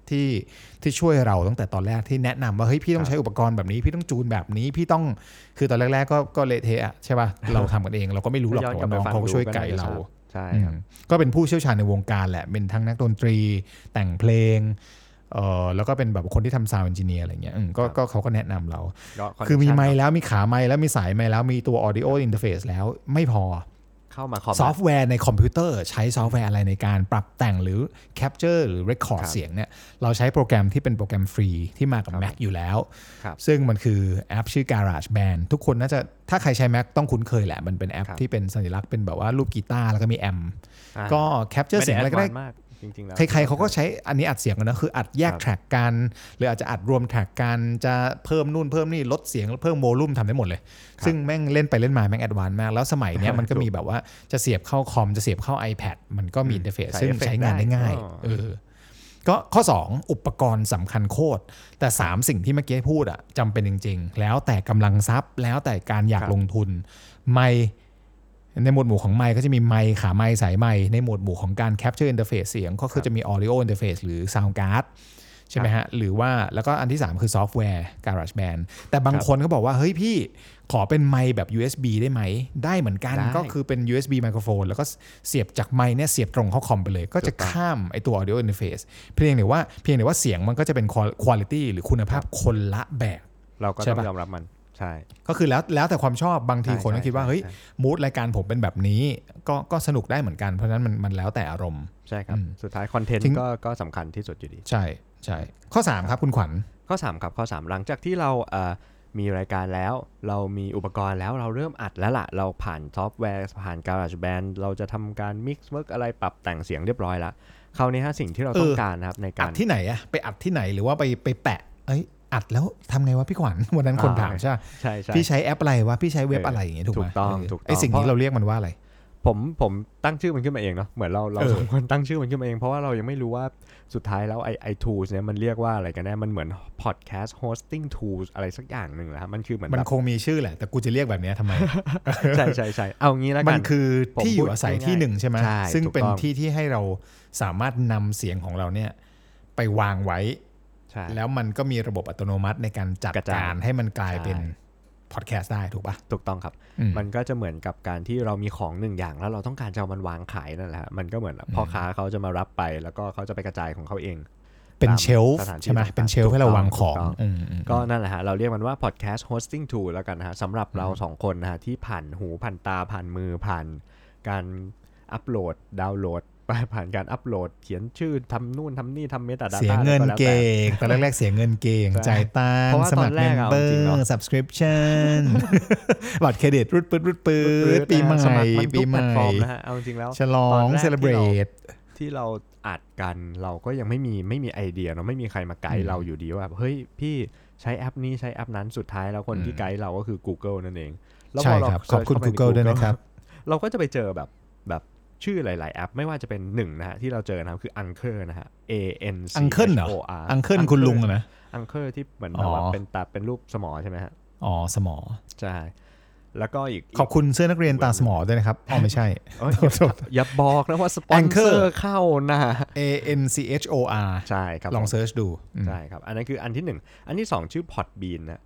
ที่ที่ช่วยเราตั้งแต่ตอนแรกที่แนะนำว่าเฮ้ยพี่ต้องใช้อุปกรณ์แบบนี้พี่ต้องจูนแบบนี้พี่ต้องคือตอนแรกๆก็ก็เละเทะใช่ป่ะเราทำกันเองเราก็ไม่รู้หรอกว่าน้องเขาก็ช่วยไกด์เราใช่ครับก็เป็นผู้เชี่ยวชาญในวงการแหละเป็นทั้งนักดนตรีแต่งเพลงเอ่อแล้วก็เป็นแบบคนที่ทำซาวด์เอนจิเนียร์อะไรเงี้ยก็ก็เขาก็แนะนำเราคือมีไมค์แล้วมีขาไมค์แล้วมีสายไมค์แล้วมีตัว audio interface แล้วไม่พอเข้ามาซอฟต์แวร์ในคอมพิวเตอร์ใช้ซอฟต์แวร์อะไรในการปรับแต่งหรือ capture หรือ record เสียงเนี่ยเราใช้โปรแกรมที่เป็นโปรแกรมฟรีที่มากับ Mac อยู่แล้วซึ่งมันคือแอปชื่อ GarageBand ทุกคนน่าจะถ้าใครใช้ Mac ต้องคุ้นเคยแหละมันเป็นแอปที่เป็นสัญลักษณ์เป็นแบบว่ารูปกีตาร์แล้วก็มีแอมป์ก็ capture เสียงอะไรก็ได้ใครๆเขาก็ใช้อันนี้อัดเสียงกันนะคืออัดแยกแทร็กกันหรืออาจจะอัดรวมแทร็กกันจะเพิ่มนู่นเพิ่มนี่ลดเสียงเพิ่มโวลูมทำได้หมดเลยซึ่งแม่งเล่นไปเล่นมาแม่งแอดวานซ์มากแล้วสมัยนี้มันก็มีแบบว่าจะเสียบเข้าคอมจะเสียบเข้า iPad มันก็มีอินเทอร์เฟซซึ่งใช้งานได้ง่ายเออก็ข้อสองอุปกรณ์สำคัญโคตรแต่สามสิ่งที่เมื่อกี้พูดอ่ะจำเป็นจริงๆแล้วแต่กำลังทรัพย์แล้วแต่การอยากลงทุนไม่ในหมวดหมู่ของไมค์ก็จะมีไมค์ขาไมค์สายไมค์ในหมวดหมู่ของการ capture interface เสียงก็คือจะมี audio interface หรือ sound card ใช่ไหมฮะหรือว่าแล้วก็อันที่สามคือซอฟต์แวร์ GarageBand แต่บางคนก็บอกว่าเฮ้ยพี่ขอเป็นไมค์แบบ ยู เอส บี ได้ไหมได้เหมือนกันก็คือเป็น ยู เอส บี ไมโครโฟนแล้วก็เสียบจากไมค์เนี่ยเสียบตรงเข้าคอมไปเลยก็จะข้ามไอตัว audio interface เพียงแต่ว่าเพียงแต่ว่าเสียงมันก็จะเป็น quality หรือคุณภาพคนละแบบเราก็ต้องยอมรับมันใช่ก็คือแล้วแล้วแต่ความชอบบางทีคนก็คิดว่าเฮ้ยมูดรายการผมเป็นแบบนี้ก็ก็สนุกได้เหมือนกันเพราะฉะนั้นมันมันแล้วแต่อารมณ์ใช่ครับสุดท้ายคอนเทนต์ก็ก็สำคัญที่สุดอยู่ดีใช่ใช่ข้อสามครับคุณขวัญข้อสามครับข้อสามหลังจากที่เราเอ่อมีรายการแล้วเรามีอุปกรณ์แล้วเราเริ่มอัดแล้วล่ะเราผ่านซอฟต์แวร์ผ่าน GarageBand เราจะทำการ mix work อะไรปรับแต่งเสียงเรียบร้อยแล้วคราวนี้ฮะสิ่งที่เราต้องการนะครับในการอัดที่ไหนอะไปอัดที่ไหนหรือว่าไปไปแปะเอ้ยอัดแล้วทำไงวะพี่ขวัญวันนั้นคนถามใช่ใช่พี่ใช้แอปอะไรวะพี่ใช้เว็บอะไรอย่างเงี้ยถูกไหมถูกต้องถูกต้องไอสิ่งที่เราเรียกมันว่าอะไรผมผมตั้งชื่อมันขึ้นมาเองเนาะเหมือนเราเราสองคนตั้งชื่อมันขึ้นมาเองเพราะว่าเรายังไม่รู้ว่าสุดท้ายแล้วไอไอ tools เนี่ยมันเรียกว่าอะไรกันแน่มันเหมือน podcast hosting tools อะไรสักอย่างนึงแหละมันคือเหมือนมันคงมีชื่อแหละแต่กูจะเรียกแบบนี้ทำไมใช่ใช่ใช่เอางี้แล้วกันมันคือที่อยู่อาศัยที่หนึ่งใช่ไหมซึ่งเป็นที่ที่ให้เราสามารถนำเสียงของเราเนี่ยไปวางไว้แล้วมันก็มีระบบอัตโนมัติในการจัดการให้มันกลายเป็นพอดแคสต์ได้ถูกปะถูกต้องครับมันก็จะเหมือนกับการที่เรามีของหนึ่งอย่างแล้วเราต้องการจะเอามันวางขายนั่นแหละมันก็เหมือนพ่อค้าเขาจะมารับไปแล้วก็เขาจะไปกระจายของเขาเองเป็นเชลฟ์ใช่ไหมเป็นเชลฟ์ให้เราวางของก็นั่นแหละฮะเราเรียกมันว่า podcast hosting tool แล้วกันนะฮะสำหรับเราสองคนนะฮะที่ผ่านหูผ่านตาผ่านมือผ่านการอัปโหลดดาวน์โหลดผ่านการอัปโหลดเขียนชื่อทำนู่นทำนี่ทำเมตาดาต้าเสียเงินเก่งตอนแรกๆเสียเงินเก่งจ่ายตังค์สมัครเมมเบอร์ subscription บัตรเครดิตรุดปืดรุดปืดปีใหม่ปีใหม่นะฮะเอาจริงแล้วฉลองเซเลบรตที่เราอัดกันเราก็ยังไม่มีไม่มีไอเดียเนาะไม่มีใครมาไกด์เราอยู่ดีว่าเฮ้ยพี่ใช้แอปนี้ใช้แอปนั้นสุดท้ายแล้วคนที่ไกด์เราก็คือ Google นั่นเองใช่ครับขอบคุณ Google ด้วยนะครับเราก็จะไปเจอแบบแบบชื่อหลายๆแอปไม่ว่าจะเป็นหนึ่งนะฮะที่เราเจอนะครับคือ Anchor นะฮะ A N C H O R Anchor คุณลุงนะ Anchor ที่เหมือนแบบว่าเป็นตาเป็นรูปสมอใช่ไหมฮะอ๋อสมอใช่แล้วก็อีกขอบคุณเสื้อนักเรียนตาสมอด้วยนะครับอ๋อไม่ใช่อย่าบอกนะว่าสปอนเซอร์เข้านะ A N C H O R ใช่ครับลองเซิร์ชดูใช่ครับอันนั้นคืออันที่หนึ่งอันที่สองชื่อ Podbean นะ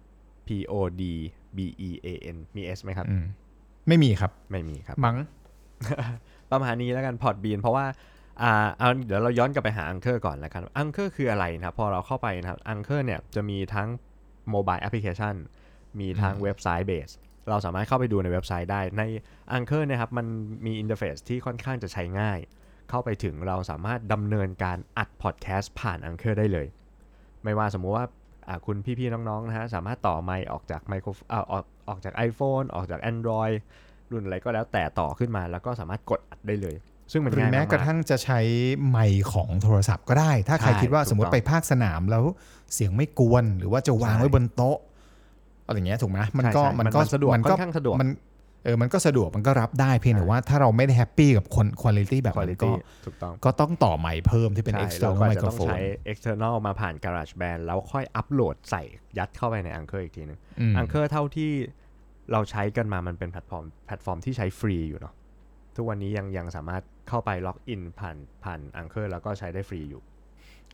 P O D B E A N มี S ไหมครับไม่มีครับไม่มีครับมั้งประมาณนี้แล้วกัน Podbean เพราะว่าอ่าเอาเดี๋ยวเราย้อนกลับไปหา Anchor ก่อนแล้วกัน Anchor คืออะไรนะครับพอเราเข้าไปนะครับ Anchor เนี่ยจะมีทั้ง Mobile Application มีทั้งเว็บไซต์ Base เราสามารถเข้าไปดูในเว็บไซต์ได้ใน Anchor นะครับมันมีอินเทอร์เฟซที่ค่อนข้างจะใช้ง่ายเข้าไปถึงเราสามารถดำเนินการอัด Podcast ผ่าน Anchor ได้เลยไม่ว่าสมมุติว่าคุณพี่ๆน้องๆนะฮะสามารถต่อไมค์ออกจากไมโครออกออกจาก iPhone ออกจาก Androidรุ่นอะไรก็แล้วแต่ต่อขึ้นมาแล้วก็สามารถกดอัดได้เลยซึ่งมันง่ายมากหรือแม้กระทั่งจะใช้ไมค์ของโทรศัพท์ก็ได้ถ้าใครคิดว่าสมมติไปภาคสนามแล้วเสียงไม่กวนหรือว่าจะวางไว้บนโต๊ะอะไรอย่างเงี้ยถูกไหมมันก็มันก็สะดวกค่อนข้างสะดวกมันเออมันก็สะดวกมันก็รับได้เพียงแต่ว่าถ้าเราไม่ได้แฮปปี้กับคุณภาพแบบนั้นก็ถูกต้องก็ต้องต่อไมค์เพิ่มที่เป็น external microphone ใช้ external มาผ่าน GarageBand แล้วค่อยอัปโหลดใส่ยัดเข้าไปใน Anchor อีกทีนึง Anchor เท่าที่เราใช้กันมามันเป็นแพลตฟอร์มแพลตฟอร์มที่ใช้ฟรีอยู่เนาะทุกวันนี้ยังยังสามารถเข้าไปล็อกอินผ่านผ่าน Anchor แล้วก็ใช้ได้ฟรีอยู่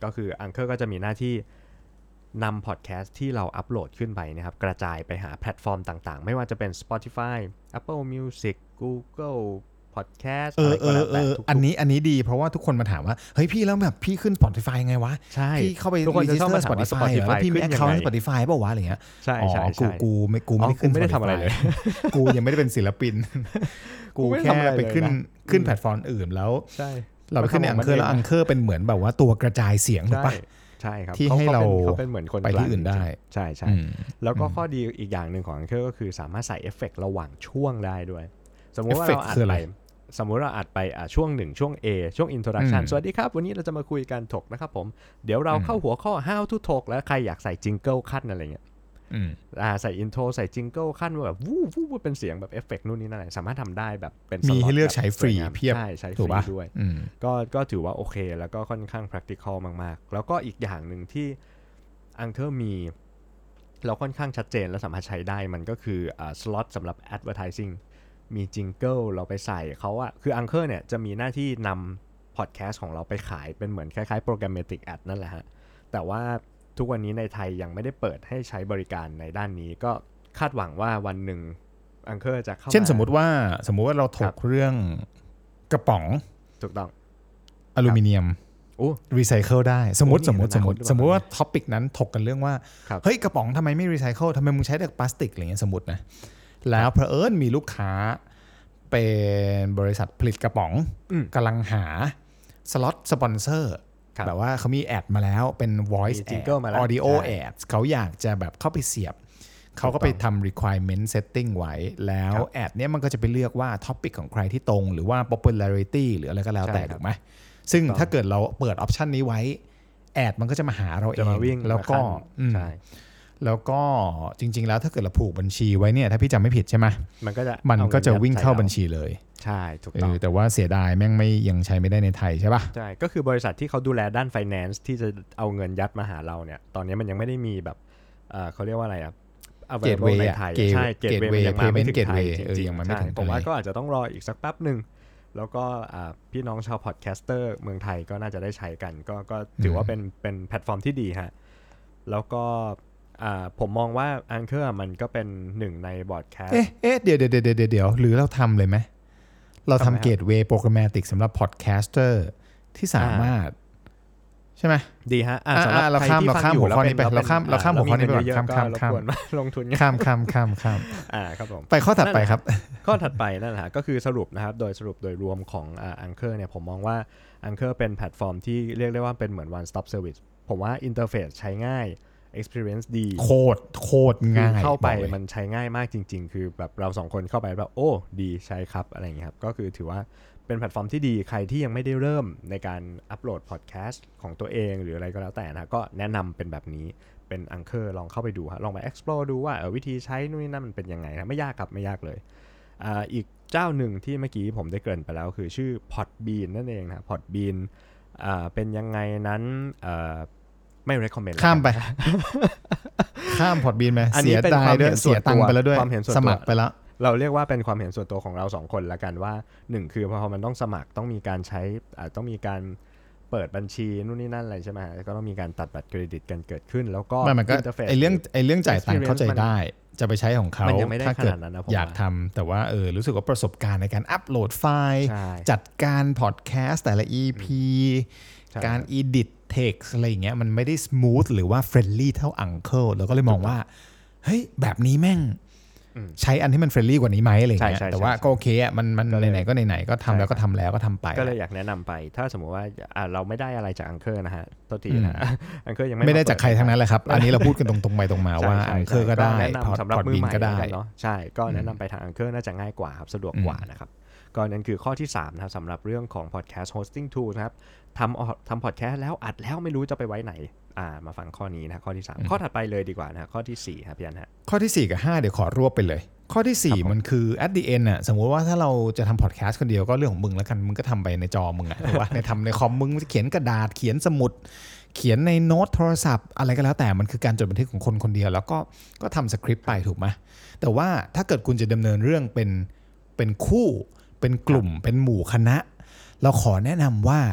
ก็คืออังเคิลก็จะมีหน้าที่นำพอดแคสต์ที่เราอัปโหลดขึ้นไปนะครับกระจายไปหาแพลตฟอร์มต่างๆไม่ว่าจะเป็น Spotify Apple Music Google Podcast เออะไรอเอก็แล้อวเอแต่อทุกๆอันนี้อันนี้ดีเพราะว่าทุกคนมาถามว่าเฮ้ยพี่แล้วแบบพี่ขึ้น Spotify ไงวะใช่พี่เข้าไปทุกคนจะชอบ register มาถามว่า Spotify เหรอ Spotify แล้วพี่มีขึ้นยัง account ไง Spotify เปล่าวะอะไรเงี้ยใช่อ๋อใช่กูใช่กูไม่กูไม่ได้อ๋อขึ้นกูไม่ได้ทำอะไรเลยกูยังไม่ได้เป็นศิลปิน กูกูไม่ได้แค่ทำอะไรเลยไปขึ้นนะขึ้นแพลตฟอร์มอื่นแล้วใช่เราไปขึ้นในอังเคอร์แล้วอังเคอร์เป็นเหมือนแบบว่าตัวกระจายเสียงถูกใช่ปะใช่ครับที่ให้เราเขาเป็นเหมือนคนไปที่อื่นได้ใช่ใช่อืมแล้วก็ข้อดีอีกอย่างหนึ่งของ Anchor ก็คือสามารถใส่เอฟเฟกต์ระหว่างช่วงได้ด้วยสมมุติว่าเราอัดเอฟเฟกต์คืออะไปไรสมมุติเราอัดไปอ่ะช่วงหนึ่งช่วง A ช่วง introduction อืมสวัสดีครับวันนี้เราจะมาคุยกันถกนะครับผมเดี๋ยวเราอืมเข้าหัวข้อ how to ถกแล้วใครอยากใส่จิงเกิลขั้นอะไรเงี้ยอืมอ่าใส่อินโทรใส่จิงเกิลขั้นแบบวู้วู้เป็นเสียงแบบเอฟเฟกต์นู่นนี่นั่นอะไรสามารถทำได้แบบเป็นมีให้ slot เลือกใช้ฟรีแบบสวยงามเพียบใช่ใช้ฟถูกรีปะด้วยอืมก็ก็ถือว่าโอเคแล้วก็ค่อนข้าง practical มากๆแล้วก็อีกอย่างหนึ่งที่ Anchor มีเราค่อนข้างชัดเจนและสามารถใช้ได้มันก็คืออ่า slot สำหรับ advertising มีจิงเกิลเราไปใส่เขาอะคือ Anchor เนี่ยจะมีหน้าที่นำพอดแคสต์ของเราไปขายเป็นเหมือนคล้ายๆ programmatic ad นั่นแหละฮะแต่ว่าทุกวันนี้ในไทยยังไม่ได้เปิดให้ใช้บริการในด้านนี้ก็คาดหวังว่าวันหนึ่ง Anchor จะเข้าเช่นมาสมมุติว่าสมมุติว่าเราถครักบเรื่องกระป๋องถูกต้องอลูมิเนียมโอ้รีไซเคิลได้สมมติโอ้สมมตินี่สมมติอนาคตหรือเปล่าสมมติว่าท็อปิกนั้นถกกันเรื่องว่าครับเฮ้ยกระป๋องทำไมไม่รีไซเคิลทำไมมึงใช้แต่พลาสติกอะไรเงี้ยสมมตินะแล้วเผอิญมีลูกค้าเป็นบริษัทผลิตกระป๋องอืมกำลังหาสล็อตสปอนเซอร์ครับแบบว่าเขามีแอดมาแล้วเป็น voice มี ad jingle มาแล้ว audio ใช่ ad เขาอยากจะแบบเข้าไปเสียบเขาก็ไปทำ requirement setting ไว้แล้วครับแอดเนี้ยมันก็จะไปเลือกว่าท็อปิกของใครที่ตรงหรือว่า popularity หรืออะไรก็แล้วแต่ใช่ครับถูกไหมซึ่งถูกต้องถ้าเกิดเราเปิดออปชันนี้ไว้แอดมันก็จะมาหาเราเอจะงมาวิ่งแล้วก็มาขั้นอืมใช่แล้วก็จริง ๆ แล้วถ้าเกิดเราผูกบัญชีไว้เนี่ยถ้าพี่จำไม่ผิดใช่ไหมมันก็จะมันก็จะเอาเงินยัดวิ่งเข้าใส่เราบัญชีเลยใช่ถูกเอต้องอแต่ว่าเสียดายแม่งไม่ยังใช้ไม่ได้ในไทยใช่ป่ะใช่ก็คือบริษัทที่เขาดูแลด้าน finance ที่จะเอาเงินยัดมาหาเราเนี่ยตอนนี้มันยังไม่ได้มีแบบเอ่อเขาเรียกว่าอะไรอ่ะ available Gateway ในอะไทย Gateway ใช่ gateway มันยังมาไม่ payment ถึงไทย gateway จเออริงยังๆมาไม่ใช่ถึงผมว่าไทยก็อาจจะต้องรออีกสักแป๊บหนึ่งแล้วก็อ่าพี่น้องชาวพอดแคสเตอร์เมืองไทยก็น่าจะได้ใช้กันก็ก็ถือว่าเป็นเป็นแพลตฟอร์มที่ดีฮะแล้วก็อ่าผมมองว่า Anchor มันก็เป็นหนึ่งในบอร์ดแคสต์เอ๊ะเอ๊ะเดี๋ยวเดี๋ยวเดี๋ยวเดี๋ยวเดี๋ยวหรือเราทำเลยไหมเราทำไมครับทำเกตเวย์โปรแกรมติกสำหรับพอดแคสเตอร์ที่สามารถใช่ไหมดีฮะอ่ะอ่ะสำหรับอ่ะเราใครข้ามที่เราฟังข้ามอยู่หัวข้อนี้ไปแล้วเราข้ามเราข้ามหัวข้อนี้ไปก่อนเยะข้ามก็ข้ามรบข้ามกวนมาลงทุนกันข้ามข้ามข้ามข้ามอ่าครับผมไปข้อถัดไปครับข้อถัดไปนั่นแหละก็คือสรุปนะครับโดยสรุปโดยรวมของอ่า Anchor เนี่ยผมมองว่า Anchor เป็นแพลตฟอร์มที่เรียกได้ว่าเป็นเหมือน one stop service ผมว่าอินเทอร์เฟซใช้ง่าย experience ดีโคตรโคตรคือง่ายเข้าไปบอกเลยมันใช้ง่ายมากจริงๆ คือแบบเราสองคนเข้าไปแบบโอ้ดีใช้ครับอะไรอย่างเงี้ยครับก็คือถือว่าเป็นแพลตฟอร์มที่ดีใครที่ยังไม่ได้เริ่มในการอัปโหลดพอดแคสต์ของตัวเองหรืออะไรก็แล้วแต่นะก็แนะนำเป็นแบบนี้เป็น Anchor ลองเข้าไปดูฮะลองไป explore ดูว่าเออวิธีใช้นู่นนี่นั่นมันเป็นยังไงนะไม่ยากครับไม่ยากเลยอ่าอีกเจ้าหนึ่งที่เมื่อกี้ผมได้เกริ่นไปแล้วคือชื่อ Podbean นั่นเองนะ Podbean อ่าเป็นยังไงนั้นอ่าไม่ recommend ข้ามไป ข้ามพอร์ตบีนไปอันนี้เสียเป็นดายความด้วเห็ยนส่เสีวย นตัวตังค์ไปแล้วด้วยความเห็นส่วนตัวสมัครไปแล้วเราเรียกว่าเป็นความเห็นส่วนตัวของเราสองคนละกันว่าหนึ่งคือพอมันต้องสมัครต้องมีการใช้อ่าต้องมีการเปิดบัญชีนู่นนี่นั่นอะไรใช่ไหมฮะก็ต้องมีการตัดบัตรเครดิตกันเกิดขึ้นแล้วก็ไม่มันก็ interface ไอเรื่องไอเรื่องจ่ายตังค์ experience เข้าใจมันได้จะไปใช้ของเขามันยังไม่ได้ถ้าเกิดขนาดนั้นนะผมอยากว่าทำแต่ว่าเออรู้สึกว่าประสบการณ์ในการอัปโหลดไฟล์ใช่จัดการพอดแคสต์แต่ละ อี พีใช่การ edit text อะไรอย่างเงี้ยมันไม่ได้ smooth หรือว่า friendly เท่า Uncle แล้วก็เลยมองว่าเฮ้ยแบบนี้แม่งอืมใช้อันที่มัน friendly กว่านี้ไหมอะไรอย่างเงี้ยใช่ใช่แต่ว่าใช่ก็โอเคอ่ะมันมันก็เลยไหนๆก็ไหนๆก็ทำแล้วก็ทำแล้วก็ทำไปก็เลยอยากแนะนำไป ถ้าสมมุติว่าอ่าเราไม่ได้อะไรจาก Anchor นะฮะตัวทีอืมนะ Anchor ยังไม่ไม่ได้เปิจากใครทั้งนั้นแหละครับ อันนี้เราพูดกันตรงๆไปตรงมาว่าใช่ใช่ Anchor ก็ได้แนะนำสำหรับพอร์ตมือบินใหม่ก็ได้แล้วกันเนาะใช่ก็แนะนำไปทาง Anchor น่าจะง่ายกว่าครับสะดวกกว่านะครับก็นั่นคือข้อที่สามนะครับสำหรับเรื่องของ podcast hosting tool นะครับทำทำ podcast แล้วอัดแล้วไม่รู้จะไปไว้ไหนอ่ามาฟังข้อนี้นะข้อที่สามข้อถัดไปเลยดีกว่านะข้อที่สี่ครับพี่อันฮะข้อที่สี่กับห้าเดี๋ยวขอรวบไปเลย ข้อที่สี่ครับผมมันคือ at the end น่ะสมมุติว่าถ้าเราจะทำพอดแคสต์คนเดียวก็เรื่องของมึงแล้วกันมึงก็ทำไปในจอมึงอะ ถูกป่ะในทำในคอมมึงจะเขียนกระดาษเขียนสมุดเขียนในโน้ตโทรศัพท์อะไรก็แล้วแต่มันคือการจดบันทึกของคนคนเดียวแล้วก็ก็ทำสคริปต์ไปถูกไหมแต่ว่าถ้าเกิดคุณจะดำเนินเรื่องเป็นเป็นคู่เป็นกลุ่มเป็นหมู่คณะ เราขอแนะนำว่า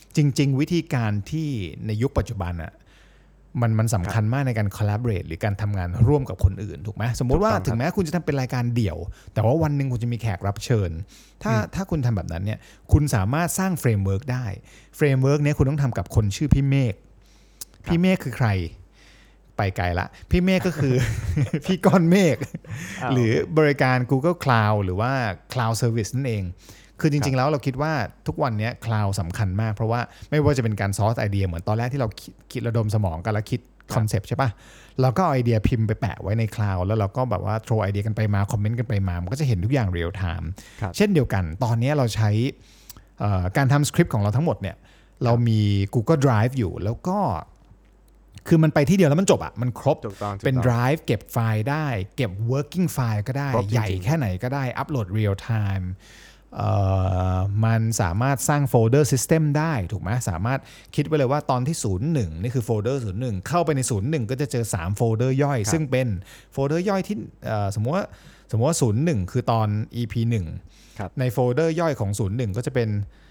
จริงๆวิธีการที่ในยุคปัจจุบันอะมันมันสำคัญมากในการ collaborate หรือการทำงานร่วมกับคนอื่นถูกไหมสมมติว่าถึงแม้คุณจะทำเป็นรายการเดี่ยวแต่ว่าวันหนึ่งคุณจะมีแขกรับเชิญถ้าถ้าคุณทำแบบนั้นเนี่ยคุณสามารถสร้างเฟรมเวิร์กได้เฟรมเวิร์กเนี้ยคุณต้องทำกับคนชื่อพี่เมฆพี่เมฆคือใครไปไกลละพี่เมฆก็คือ พี่ก้อนเมฆหรือบริการ Google Cloud หรือว่า Cloud Service นั่นเองคือจริงๆแล้วเราคิดว่าทุกวันนี้ Cloud สำคัญมากเพราะว่าไม่ว่าจะเป็นการซอร์สไอเดียเหมือนตอนแรกที่เราคิดระดมสมองกันแล้วคิดคอนเซปต์ใช่ปะเราก็เอาไอเดียพิมพ์ไปแปะไว้ใน Cloud แล้วเราก็แบบว่าโทรไอเดียกันไปมาคอมเมนต์กันไปมามันก็จะเห็นทุกอย่างเรียลไทม์เช่นเดียวกันตอนนี้เราใช้การทำสคริปต์ของเราทั้งหมดเนี่ยเรามี Google Drive อยู่แล้วก็คือมันไปที่เดียวแล้วมันจบอ่ะมันครบเป็น Drive เก็บไฟล์ได้เก็บ working file ก็ได้ใหญ่แค่ไหนก็ได้อัปโหลด real time มันสามารถสร้างโฟลเดอร์ซิสเต็มได้ถูกไหมสามารถคิดไว้เลยว่าตอนที่ศูนย์หนึ่งนี่คือโฟลเดอร์ศูนย์หนึ่งเข้าไปในศูนย์หนึ่งก็จะเจอสามโฟลเดอร์ย่อยซึ่งเป็นโฟลเดอร์ย่อยที่สมมติว่าสมมติว่าศูนย์หนึ่งคือตอน อี พี หนึ่งในโฟลเดอร์ย่อยของศูนย์หนึ่งก็จะเป็น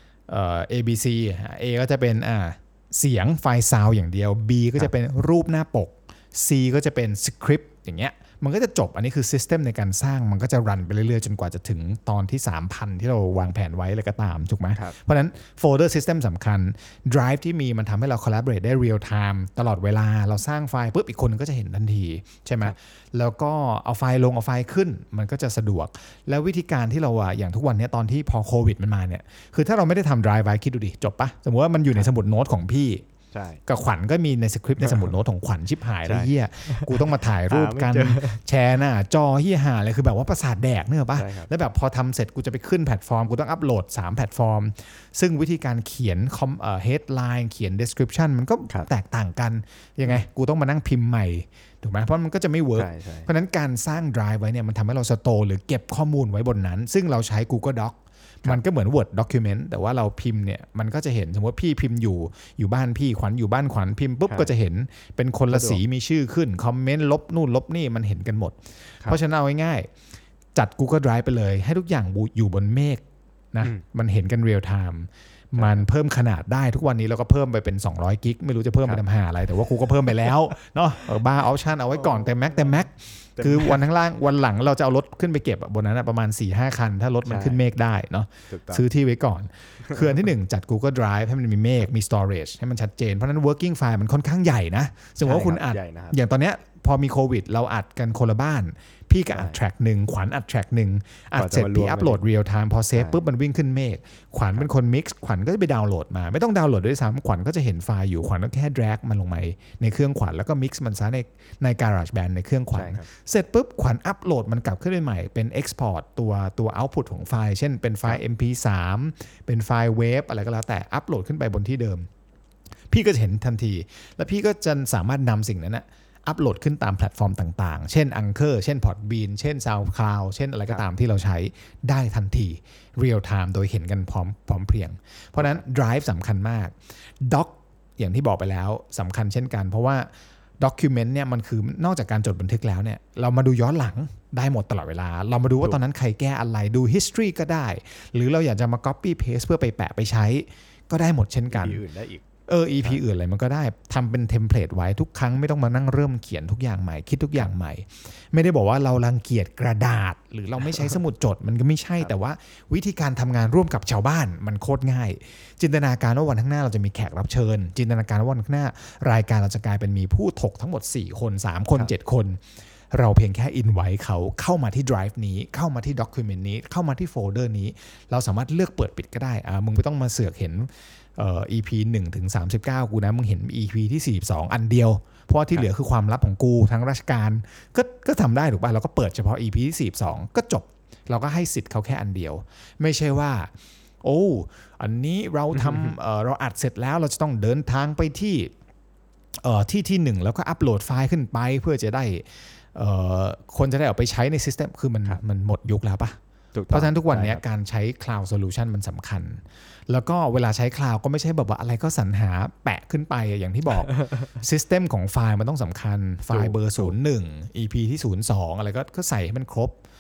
A B C A ก็จะเป็นอ่าเสียงไฟล์ซาวอย่างเดียว B ก็จะเป็นรูปหน้าปก C ก็จะเป็นสคริปต์อย่างเงี้ยมันก็จะจบอันนี้คือซิสเต็มในการสร้างมันก็จะรันไปเรื่อยๆจนกว่าจะถึงตอนที่ สามพัน ที่เราวางแผนไว้เลยก็ตามถูกไหมเพราะฉะนั้นโฟลเดอร์ซิสเต็มสำคัญ Drive ที่มีมันทำให้เรา collaborate ได้ real time ตลอดเวลาเราสร้างไฟล์ปุ๊บอีกคนก็จะเห็นทันทีใช่ไหมแล้วก็เอาไฟล์ลงเอาไฟล์ขึ้นมันก็จะสะดวกแล้ววิธีการที่เราอะอย่างทุกวันนี้ตอนที่พอโควิดมันมาเนี่ยคือถ้าเราไม่ได้ทำ Drive ไว้คิดดูดิจบปะสมมติว่ามันอยู่ในสมุดโน้ตของพี่กับขวัญก็มีในสคริปต์ในสมุดโน้ตของขวัญชิบหายแล้วเฮียกูต้องมาถ่ายรูปกันแชร์หน้าจอเฮียหาเลยคือแบบว่าประสาทแดกเนอะป่ะแล้วแบบพอทำเสร็จกูจะไปขึ้นแพลตฟอร์มกูต้องอัปโหลดสามแพลตฟอร์มซึ่งวิธีการเขียนคอมเอ่อ headline เขียน description มันก็แตกต่างกันยังไงกูต้องมานั่งพิมพ์ใหม่ถูกไหมเพราะมันก็จะไม่เวิร์กเพราะนั้นการสร้าง Drive ไว้เนี่ยมันทำให้เราสโตร์หรือเก็บข้อมูลไว้บนนั้นซึ่งเราใช้ Google Docมันก็เหมือน Word document แต่ว่าเราพิมพ์เนี่ยมันก็จะเห็นสมมติพี่พิมพ์อยู่อยู่บ้านพี่ขวัญอยู่บ้านขวัญพิมพ์ปุ๊บก็จะเห็นเป็นคนละสีมีชื่อขึ้นคอมเมนต์ลบนู่นลบนี่มันเห็นกันหมดเพราะฉะนั้นเอาง่ายๆจัด Google Drive ไปเลยให้ทุกอย่างอยู่บนเมฆนะมันเห็นกัน real time มันเพิ่มขนาดได้ทุกวันนี้เราก็เพิ่มไปเป็นสองร้อยกิกไม่รู้จะเพิ่มไปทำหาอะไรแต่ว่ากูก็เพิ่มไปแล้วเนาะบาร์ออปชั่นเอาไว้ก่อนแต่แม็กแต่แม็กคือวันข้างล่างวันหลังเราจะเอารถขึ้นไปเก็บบนนั้นประมาณ สี่ห้า คันถ้ารถมันขึ้นเมฆได้เนาะซื้อที่ไว้ก่อนคืออันที่หนึ่งจัด Google Drive ให้มันมีเมฆมี storage ให้มันชัดเจนเพราะนั้น working file มันค่อนข้างใหญ่นะสมมติว่าคุณอัดอย่างตอนเนี้ยพอมีโควิดเราอัดกันคนละบ้านพี่ก็อัดแทร็กหนึ่งขวัญอัดแทร็กหนึ่งอัดเสร็จพี่อัปโหลดเรียลไทม์พอเซฟปุ๊บมันวิ่งขึ้นเมฆขวัญเป็นคนมิกซ์ขวัญก็จะไปดาวน์โหลดมาไม่ต้องดาวน์โหลดด้วยซ้ำขวัญก็จะเห็นไฟล์อยู่ขวัญก็แค่ drag มันลงมาในเครื่องขวัญแล้วก็มิกซ์มันซะในใน GarageBand ในเครื่องขวัญเสร็จปุ๊บขวัญอัปโหลดมันกลับขึ้นไปใหม่เป็น export ตัวตัว output ของไฟล์เช่นเป็นไฟล์ เอ็ม พี ทรี เป็นไฟล์ wave อะไรก็แล้วแต่อัปโหลดขึ้นไปบนที่เดิมพี่ก็จะเห็นทันทีแล้วพี่ก็จะสามารถนำสิ่งนั้นนะอัปโหลดขึ้นตามแพลตฟอร์มต่างๆเช่น Anchor เช่น Podbean เช่น SoundCloud เช่นอะไรก็ตามที่เราใช้ได้ทันที real time โดยเห็นกันพร้อมพร้อมเพรียงเพราะนั้น Drive สำคัญมาก Doc อย่างที่บอกไปแล้วสำคัญเช่นกันเพราะว่า Document เนี่ยมันคือนอกจากการจดบันทึกแล้วเนี่ยเรามาดูย้อนหลังได้หมดตลอดเวลาเรามาดูว่าตอนนั้นใครแก้อะไรดู history ก็ได้หรือเราอยากจะมา copy paste เพื่อไปแปะไปใช้ก็ได้หมดเช่นกันอื่นได้อีกเออ อี พี อื่นอะไรมันก็ได้ทำเป็นเทมเพลตไว้ทุกครั้งไม่ต้องมานั่งเริ่มเขียนทุกอย่างใหม่คิดทุกอย่างใหม่ไม่ได้บอกว่าเรารังเกียจกระดาษหรือเราไม่ใช้สมุดจดมันก็ไม่ใช่แต่ว่าวิธีการทำงานร่วมกับชาวบ้านมันโคตรง่ายจินตนาการว่าวันข้างหน้าเราจะมีแขกรับเชิญจินตนาการว่าวันข้างหน้ารายการเราจะกลายเป็นมีผู้ถกทั้งหมดสี่คนสามคนเจ็ดคนเราเพียงแค่ invite เขาเข้ามาที่ drive นี้เข้ามาที่ document นี้เข้ามาที่โฟลเดอร์นี้เราสามารถเลือกเปิดปิดก็ได้อ่ามึงไม่ต้องมาเสือกเห็นเอ่อ อี พี หนึ่งถึงสามสิบเก้ากูนะมึงเห็น อี พี ที่สี่สิบสองอันเดียวเพราะที่เหลือคือความลับของกูทั้งราชการก็ก็ทำได้ถูกป่ะเราก็เปิดเฉพาะ อี พี ที่สี่สิบสองก็จบเราก็ให้สิทธิ์เขาแค่อันเดียวไม่ใช่ว่าโอ้อันนี้เราทำเอ่อเราอัดเสร็จแล้วเราจะต้องเดินทางไปที่เอ่อที่ที่หนึ่งแล้วก็อัปโหลดไฟล์ขึ้นไปเพื่อจะได้เอ่อคนจะได้เอาไปใช้ในซิสเต็มคือมันมันหมดยุคแล้วป่ะเพราะฉะนั้นทุกวันนี้การใช้ Cloud Solution มันสำคัญแล้วก็เวลาใช้ Cloud ก็ไม่ใช่แบบว่าอะไรก็สรรหาแปะขึ้นไปอย่างที่บอก System ของไฟล์มันต้องสำคัญไฟล์เบอร์ศูนย์หนึ่ง อี พี ที่ศูนย์สองอะไรก็ก็ใส่ให้มันครบ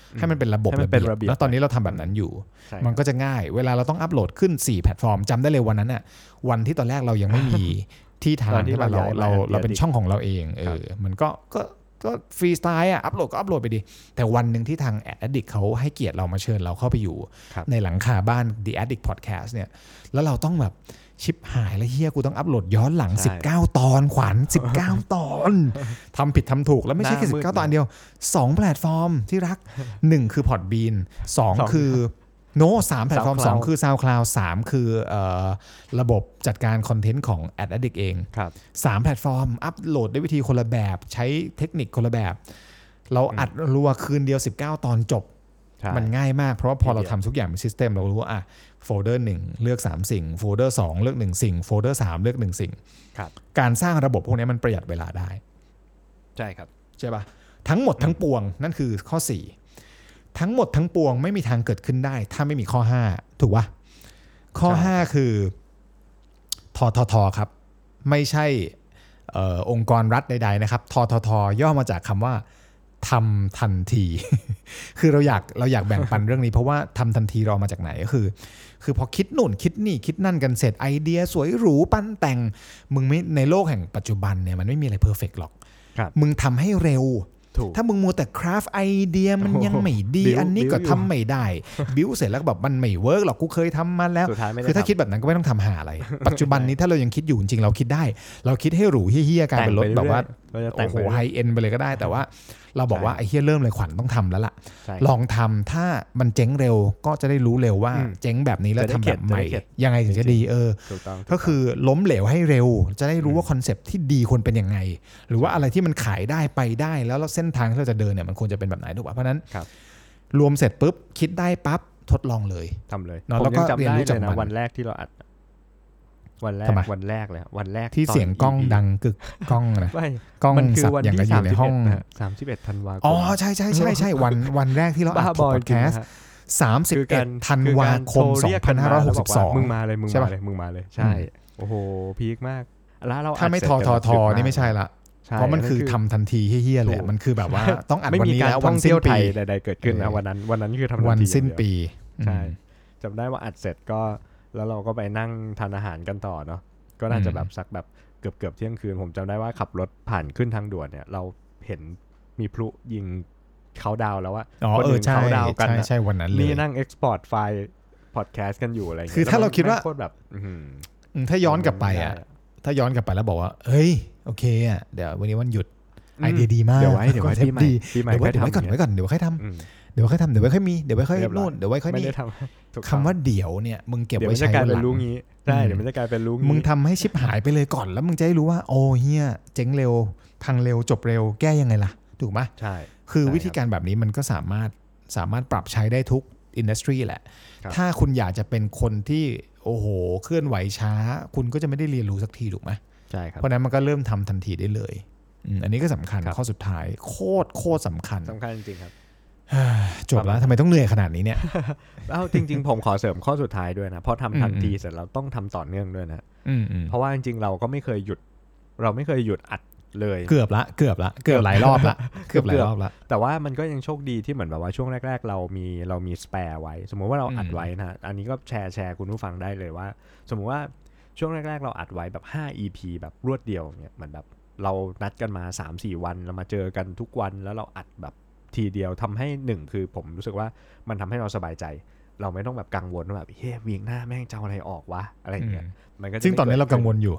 ให้มันเป็นระบบระเบียบแล้วตอนนี้เราทำแบบนั้นอยู่มันก็จะง่ายเวลาเราต้องอัปโหลดขึ้นสี่แพลตฟอร์มจำได้เลยวันนั้นน่ะวันที่ตอนแรกเรายังไม่มีที่ทางที่เราเราเราเป็นช่องของเราเองเออมันก็ก็ก็ฟรีสไตล์อ่ะอัปโหลดก็อัปโหลดไปดิแต่วันนึงที่ทาง Addict เขาให้เกียรติเรามาเชิญเราเข้าไปอยู่ในหลังคาบ้าน The Addict Podcast เนี่ยแล้วเราต้องแบบชิปหายแล้วเฮียกูต้องอัปโหลดย้อนหลังสิบเก้าตอนขวัญสิบเก้าตอนทำผิดทำถูกแล้วไม่ใช่แค่สิบเก้าตอนเดียวสองแพลตฟอร์มที่รักหนึ่งคือ Podbean สองคือโน้สามแพลตฟอร์มสองคือ SoundCloud สามคือเอ่อระบบจัดการคอนเทนต์ของ Addict เองสามแพลตฟอร์มอัปโหลดด้วยวิธีคนละแบบใช้เทคนิคคนละแบบเราอัดรัวคืนเดียวสิบเก้าตอนจบมันง่ายมากเพราะว่าพอเราทำทุกอย่างเป็นซิสเต็มเรารู้ว่าอ่ะโฟลเดอร์หนึ่งเลือกสามสิ่งโฟลเดอร์สองเลือกหนึ่งสิ่งโฟลเดอร์สามเลือกหนึ่งสิ่งการสร้างระบบพวกนี้มันประหยัดเวลาได้ใช่ครับใช่ป่ะทั้งหมดทั้งปวงนั่นคือข้อสี่ทั้งหมดทั้งปวงไม่มีทางเกิดขึ้นได้ถ้าไม่มีข้อห้าถูกป่ะข้อห้าคือทททครับไม่ใช่เอ่อองค์กรรัฐใดๆนะครับทททย่อมาจากคำว่าทำทันที คือเราอยากเราอยากแบ่งปันเรื่องนี้เพราะว่าทำทันทีเรามาจากไหนก็คือคือพอคิดนู่นคิดนี่คิดนั่นกันเสร็จไอเดียสวยหรูปั้นแต่งมึงไม่ในโลกแห่งปัจจุบันเนี่ยมันไม่มีอะไรเพอร์เฟกต์หรอกมึงทำให้เร็วถ้ามึงมัวแต่คราฟไอเดียมันยังไม่ดีอันนี้ก็ทำไม่ได้บิวเสร็จแล้วแบบมันไม่เวิร์กหรอกกูเคยทำมาแล้วคือถ้าคิดแบบนั้นก็ไม่ต้องทำหาอะไรปัจจุบันนี้ถ้าเรายังคิดอยู่จริงเราคิดได้เราคิดให้หรูเฮี้ยๆกลายเป็นรถแบบว่าโอ้โหไฮเอ็นไปเลยก็ได้แต่ว่าเราบอกว่าไอ้เฮี้ยเริ่มเลยขวัญต้องทำแล้วล่ะลองทำถ้ามันเจ๊งเร็วก็จะได้รู้เร็วว่าเจ๊งแบบนี้แล้วทำแบบใหม่ยังไงถึงจะดีเออก็คือล้มเหลวให้เร็วจะได้รู้ว่าคอนเซปต์ที่ดีควรเป็นยังไงหรือว่าอะไรที่มันขายได้ไปได้แล้วเส้นทางที่เราจะเดินเนี่ยมันควรจะเป็นแบบไหนถูกป่ะเพราะนั้นรวมเสร็จปุ๊บคิดได้ปั๊บทดลองเลยทำเลยผมยังจำได้เลยนะวันแรกที่เราอัดวันแรกวันแรกเลยวันแรกที่เสียงกล้องดังกึกกล้องนะกล้องสับอย่างกับอยู่ในห้องสามสิบเอ็ดธันวาคมอ๋อใช่ใช่ใช่ใช่วันวันแรกที่เราอัดพอดแคสต์สามสิบเอ็ดธันวาคมสองพันห้าร้อยหกสิบสองมึงมาเลยมึงมาเลยมึงมาเลยใช่โอ้โหพีคมากแล้วเราถ้าไม่ทอทอทอนี่ไม่ใช่ละเพราะมันคือทำทันทีเฮี้ยๆเลยมันคือแบบว่าต้องอัดวันนี้แล้ววันสิ้นปีใดๆเกิดขึ้นนะวันนั้นวันนั้นคือทำทันทีวันสิ้นปีใช่จำได้ว่าอัดเสร็จก็แล้วเราก็ไปนั่งทานอาหารกันต่อเนาะก็น่าจะแบบสักแบบเกือบเกือบเที่ยงคืนผมจำได้ว่าขับรถผ่านขึ้นทางด่วนเนี่ยเราเห็นมีพลุยิงเขาดาวแล้วว่าคนอื่นเขาดาวกันใช่ใช่วันนั้นเลยนี่นั่งเอ็กซ์พอร์ตไฟล์พอดแคสต์กันอยู่อะไรคือถ้าเราคิดว่าโคตรแบบถ้าย้อนกลับไปอ่ะถ้าย้อนกลับไปแล้วบอกว่าเฮ้ยโอเคอ่ะเดี๋ยววันนี้วันหยุดไอเดียดีมากเดี๋ยวไว้เดี๋ยวไว้ปีใหม่ปีใหม่เดี๋ยวไว้ก่อนไว้ก่อนเดี๋ยวค่อยทำเดี๋ยวค่อยทำเดี๋ยวไว้ค่อยมีเดี๋ยวไว้ค่อยนู่นเดี๋ยวไว้ค่อยนี่คำว่าเดี๋ยวเนี่ยมึงเก็บไว้ใช้วันหลังรู้งี้ใช่เดี๋ยวมันจะกลายเป็นรู้งี้มึงทำให้ชิปหายไปเลยก่อนแล้วมึงจะได้รู้ว่าโอ้เฮียเจ๊งเร็วพังเร็วจบเร็วแก้ยังไงล่ะถูกไหมใช่คือวิธีการแบบนี้มันก็สามารถสามารถปรับใช้ได้ทุกอินดัสทรีแหละถ้าคุณอยากจะเป็นคนที่โอ้โหเคลื่อนไหวช้าคุณก็จะไม่ได้เรียนรู้สักทีถูกไหมใช่ครับเพราะนั้นมันก็เริ่มทำทันทีได้เลยอันนี้ก็สำคัญข้อสุดท้ายโคตรโคตรสำคัญสำคัญจริงๆครับจบแล้วทำไมต้องเหนื่อยขนาดนี้เนี่ยเอ้าจริงๆผมขอเสริมข้อสุดท้ายด้วยนะเพราะทำทันทีเสร็จแล้วต้องทำต่อเนื่องด้วยนะเพราะว่าจริงๆเราก็ไม่เคยหยุดเราไม่เคยหยุดอัดเลยเกือบละเกือบละเกือบหลายรอบละเกือบหลายรอบละแต่ว่ามันก็ยังโชคดีที่เหมือนแบบว่าช่วงแรกๆเรามีเรามีสแปร์ไว้สมมติว่าเราอัดไว้นะอันนี้ก็แชร์แชร์คุณผู้ฟังได้เลยว่าสมมติว่าช่วงแรกๆเราอัดไว้แบบห้า อี พี แบบรวดเดียวเนี่ยเหมือนแบบเรานัดกันมา สามสี่ วันเรามาเจอกันทุกวันแล้วเราอัดแบบทีเดียวทำให้หนึ่งคือผมรู้สึกว่ามันทำให้เราสบายใจเราไม่ต้องแบบกังวลว่าแบบเฮ้ยวีคหน้าแม่งจะเอาอะไรออกวะอะไรอย่างเงี้ยมันก็ซึ่งตอนนี้เรากังวลอยู่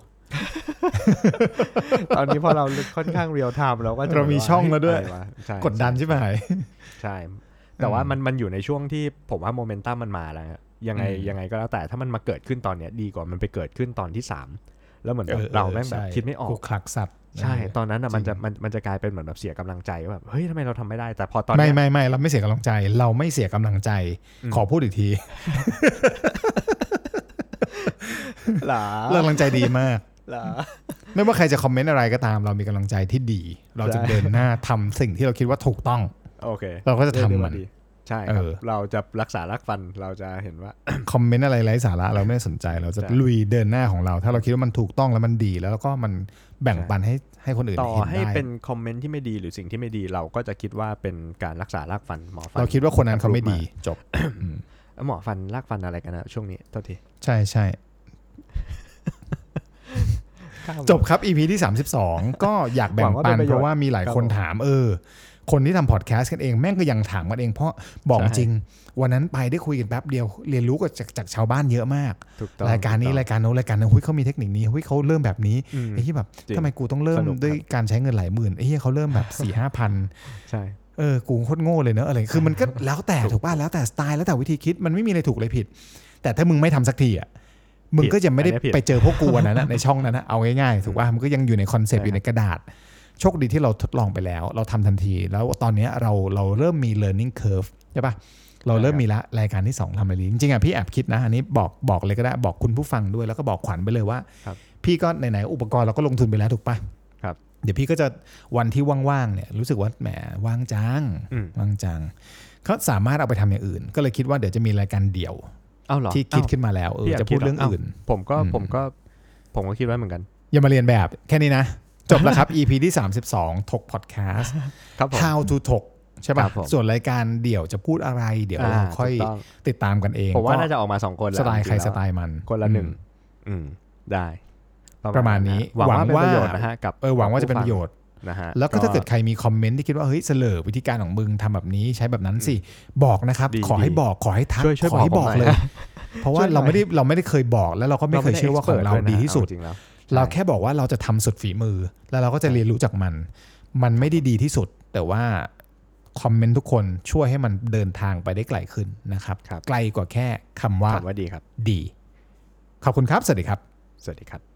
ตอนนี้พอเราค่อนข้างเรียลไทม์เราก็เรามีช่องแล้วด้วยกดดันใช่ไหมใช่แต่ว่ามันมันอยู่ในช่วงที่ผมว่าโมเมนตัมมันมาแล้วยังไงยังไงก็แล้วแต่ถ้ามันมาเกิดขึ้นตอนเนี้ยดีกว่ามันไปเกิดขึ้นตอนที่สามแล้วเหมือนเราแม่งแบบคิดไม่ออกคลักสัตว์ใช่ตอนนั้นอ่ะมันจะมันมันจะกลายเป็นเหมือนแบบเสียกำลังใจแบบเฮ้ยทำไมเราทำไม่ได้แต่พอตอนไม่ไม่ไม่เราไม่เสียกำลังใจเราไม่เสียกำลังใจขอพูดอีกทีหรอเรากำลังใจดีมากหรอไม่ว่าใครจะคอมเมนต์อะไรก็ตามเรามีกำลังใจที่ดีเราจะเดินหน้าทำสิ่งที่เราคิดว่าถูกต้องโอเคเราก็จะทำมันใช่ครับเราจะรักษารักฟันเราจะเห็นว่าคอมเมนต์อะไรไร้สาระเราไม่สนใจเราจะลุยเดินหน้าของเราถ้าเราคิดว่ามันถูกต้องแล้วมันดีแล้วก็มันแบ่งปันให้ให้คนอื่นเห็นได้ต่อให้เป็นคอมเมนต์ที่ไม่ดีหรือสิ่งที่ไม่ดีเราก็จะคิดว่าเป็นการรักษารากฟันหมอฟันเราคิดว่าคนนั้นเขาไม่ดีจบหมอฟันรากฟันอะไรกันนะช่วงนี้เท่าทีใช่ใช่จบครับ อี พี ที่สามสิบสองก็อยากแบ่งปันเพราะว่ามีหลายคนถามเออคนที่ทำพอดแคสต์กันเองแม่งก็ยังถามกันเองเพราะบอกจริงวันนั้นไปได้คุยกันแป๊บเดียวเรียนรู้กับจากจากชาวบ้านเยอะมากรายการนี้รายการโน้นรายการนั้นเฮ้ยเขามีเทคนิคนี้เฮ้ยเขาเริ่มแบบนี้ไอ้ที่แบบทำไมกูต้องเริ่มด้วยการใช้เงินหลายหมื่นไอ้ที่เขาเริ่มแบบสี่ห้าพันใช่เออกูโคตรโง่เลยเนอะอะไรคือมันก็แล้วแต่ถูกป่ะแล้วแต่สไตล์แล้วแต่วิธีคิดมันไม่มีอะไรถูกอะไรผิดแต่ถ้ามึงไม่ทำสักทีอ่ะมึงก็จะไม่ได้ไปเจอพวกกูวันนั้นในช่องนั้นนะเอาง่ายๆถูกป่ะมันก็ยังอยู่ในคอนเซปต์อยู่ในกระดาษโชคดีที่เราทดลองไปแล้วเราทำทันทีแล้วตอนนี้เราเราเริ่มมี learning curve ใช่ป่ะเราเริ่มมีละรายการที่สองทำอะไรจริงๆอ่ะพี่แอบคิดนะอันนี้บอกบอกเลยก็ได้บอกคุณผู้ฟังด้วยแล้วก็บอกขวัญไปเลยว่าพี่ก็ไหนๆอุปกรณ์เราก็ลงทุนไปแล้วถูกป่ะครับเดี๋ยวพี่ก็จะวันที่ว่างๆเนี่ยรู้สึกว่าแหมว่างจังว่างจังเขาสามารถเอาไปทำอย่างอื่นก็เลยคิดว่าเดี๋ยวจะมีรายการเดี่ยวที่คิดขึ้นมาแล้วเออจะพูดเรื่องอื่นผมก็ผมก็ผมก็คิดไว้เหมือนกันอย่ามาเรียนแบบแค่นี้นะจบแล้วครับ อี พี ที่สามสิบสองถกพอดแคสต์ How to ถกใช่ป่ะส่วนรายการเดี่ยวจะพูดอะไรเดี๋ยวเราค่อยติดตามกันเองผมว่าน่าจะออกมาสองคนสไตล์ใครสไตล์มันคนละหนึ่งอืมได้ประมาณนี้หวังว่าเป็นประโยชน์นะฮะกับเออหวังว่าจะเป็นประโยชน์นะฮะแล้วก็ถ้าเกิดใครมีคอมเมนต์ที่คิดว่าเฮ้ยเสลอวิธีการของมึงทำแบบนี้ใช้แบบนั้นสิบอกนะครับขอให้บอกขอให้ทักขอให้บอกเลยเพราะว่าเราไม่ได้เราไม่ได้เคยบอกแล้วเราก็ไม่เคยเชื่อว่าของเราดีที่สุดเราแค่บอกว่าเราจะทำสุดฝีมือแล้วเราก็จะเรียนรู้จากมันมันไม่ได้ดีที่สุดแต่ว่าคอมเมนต์ทุกคนช่วยให้มันเดินทางไปได้ไกลขึ้นนะครับไกลกว่าแค่คำว่าคำว่าดีครับดีขอบคุณครับสวัสดีครับสวัสดีครับ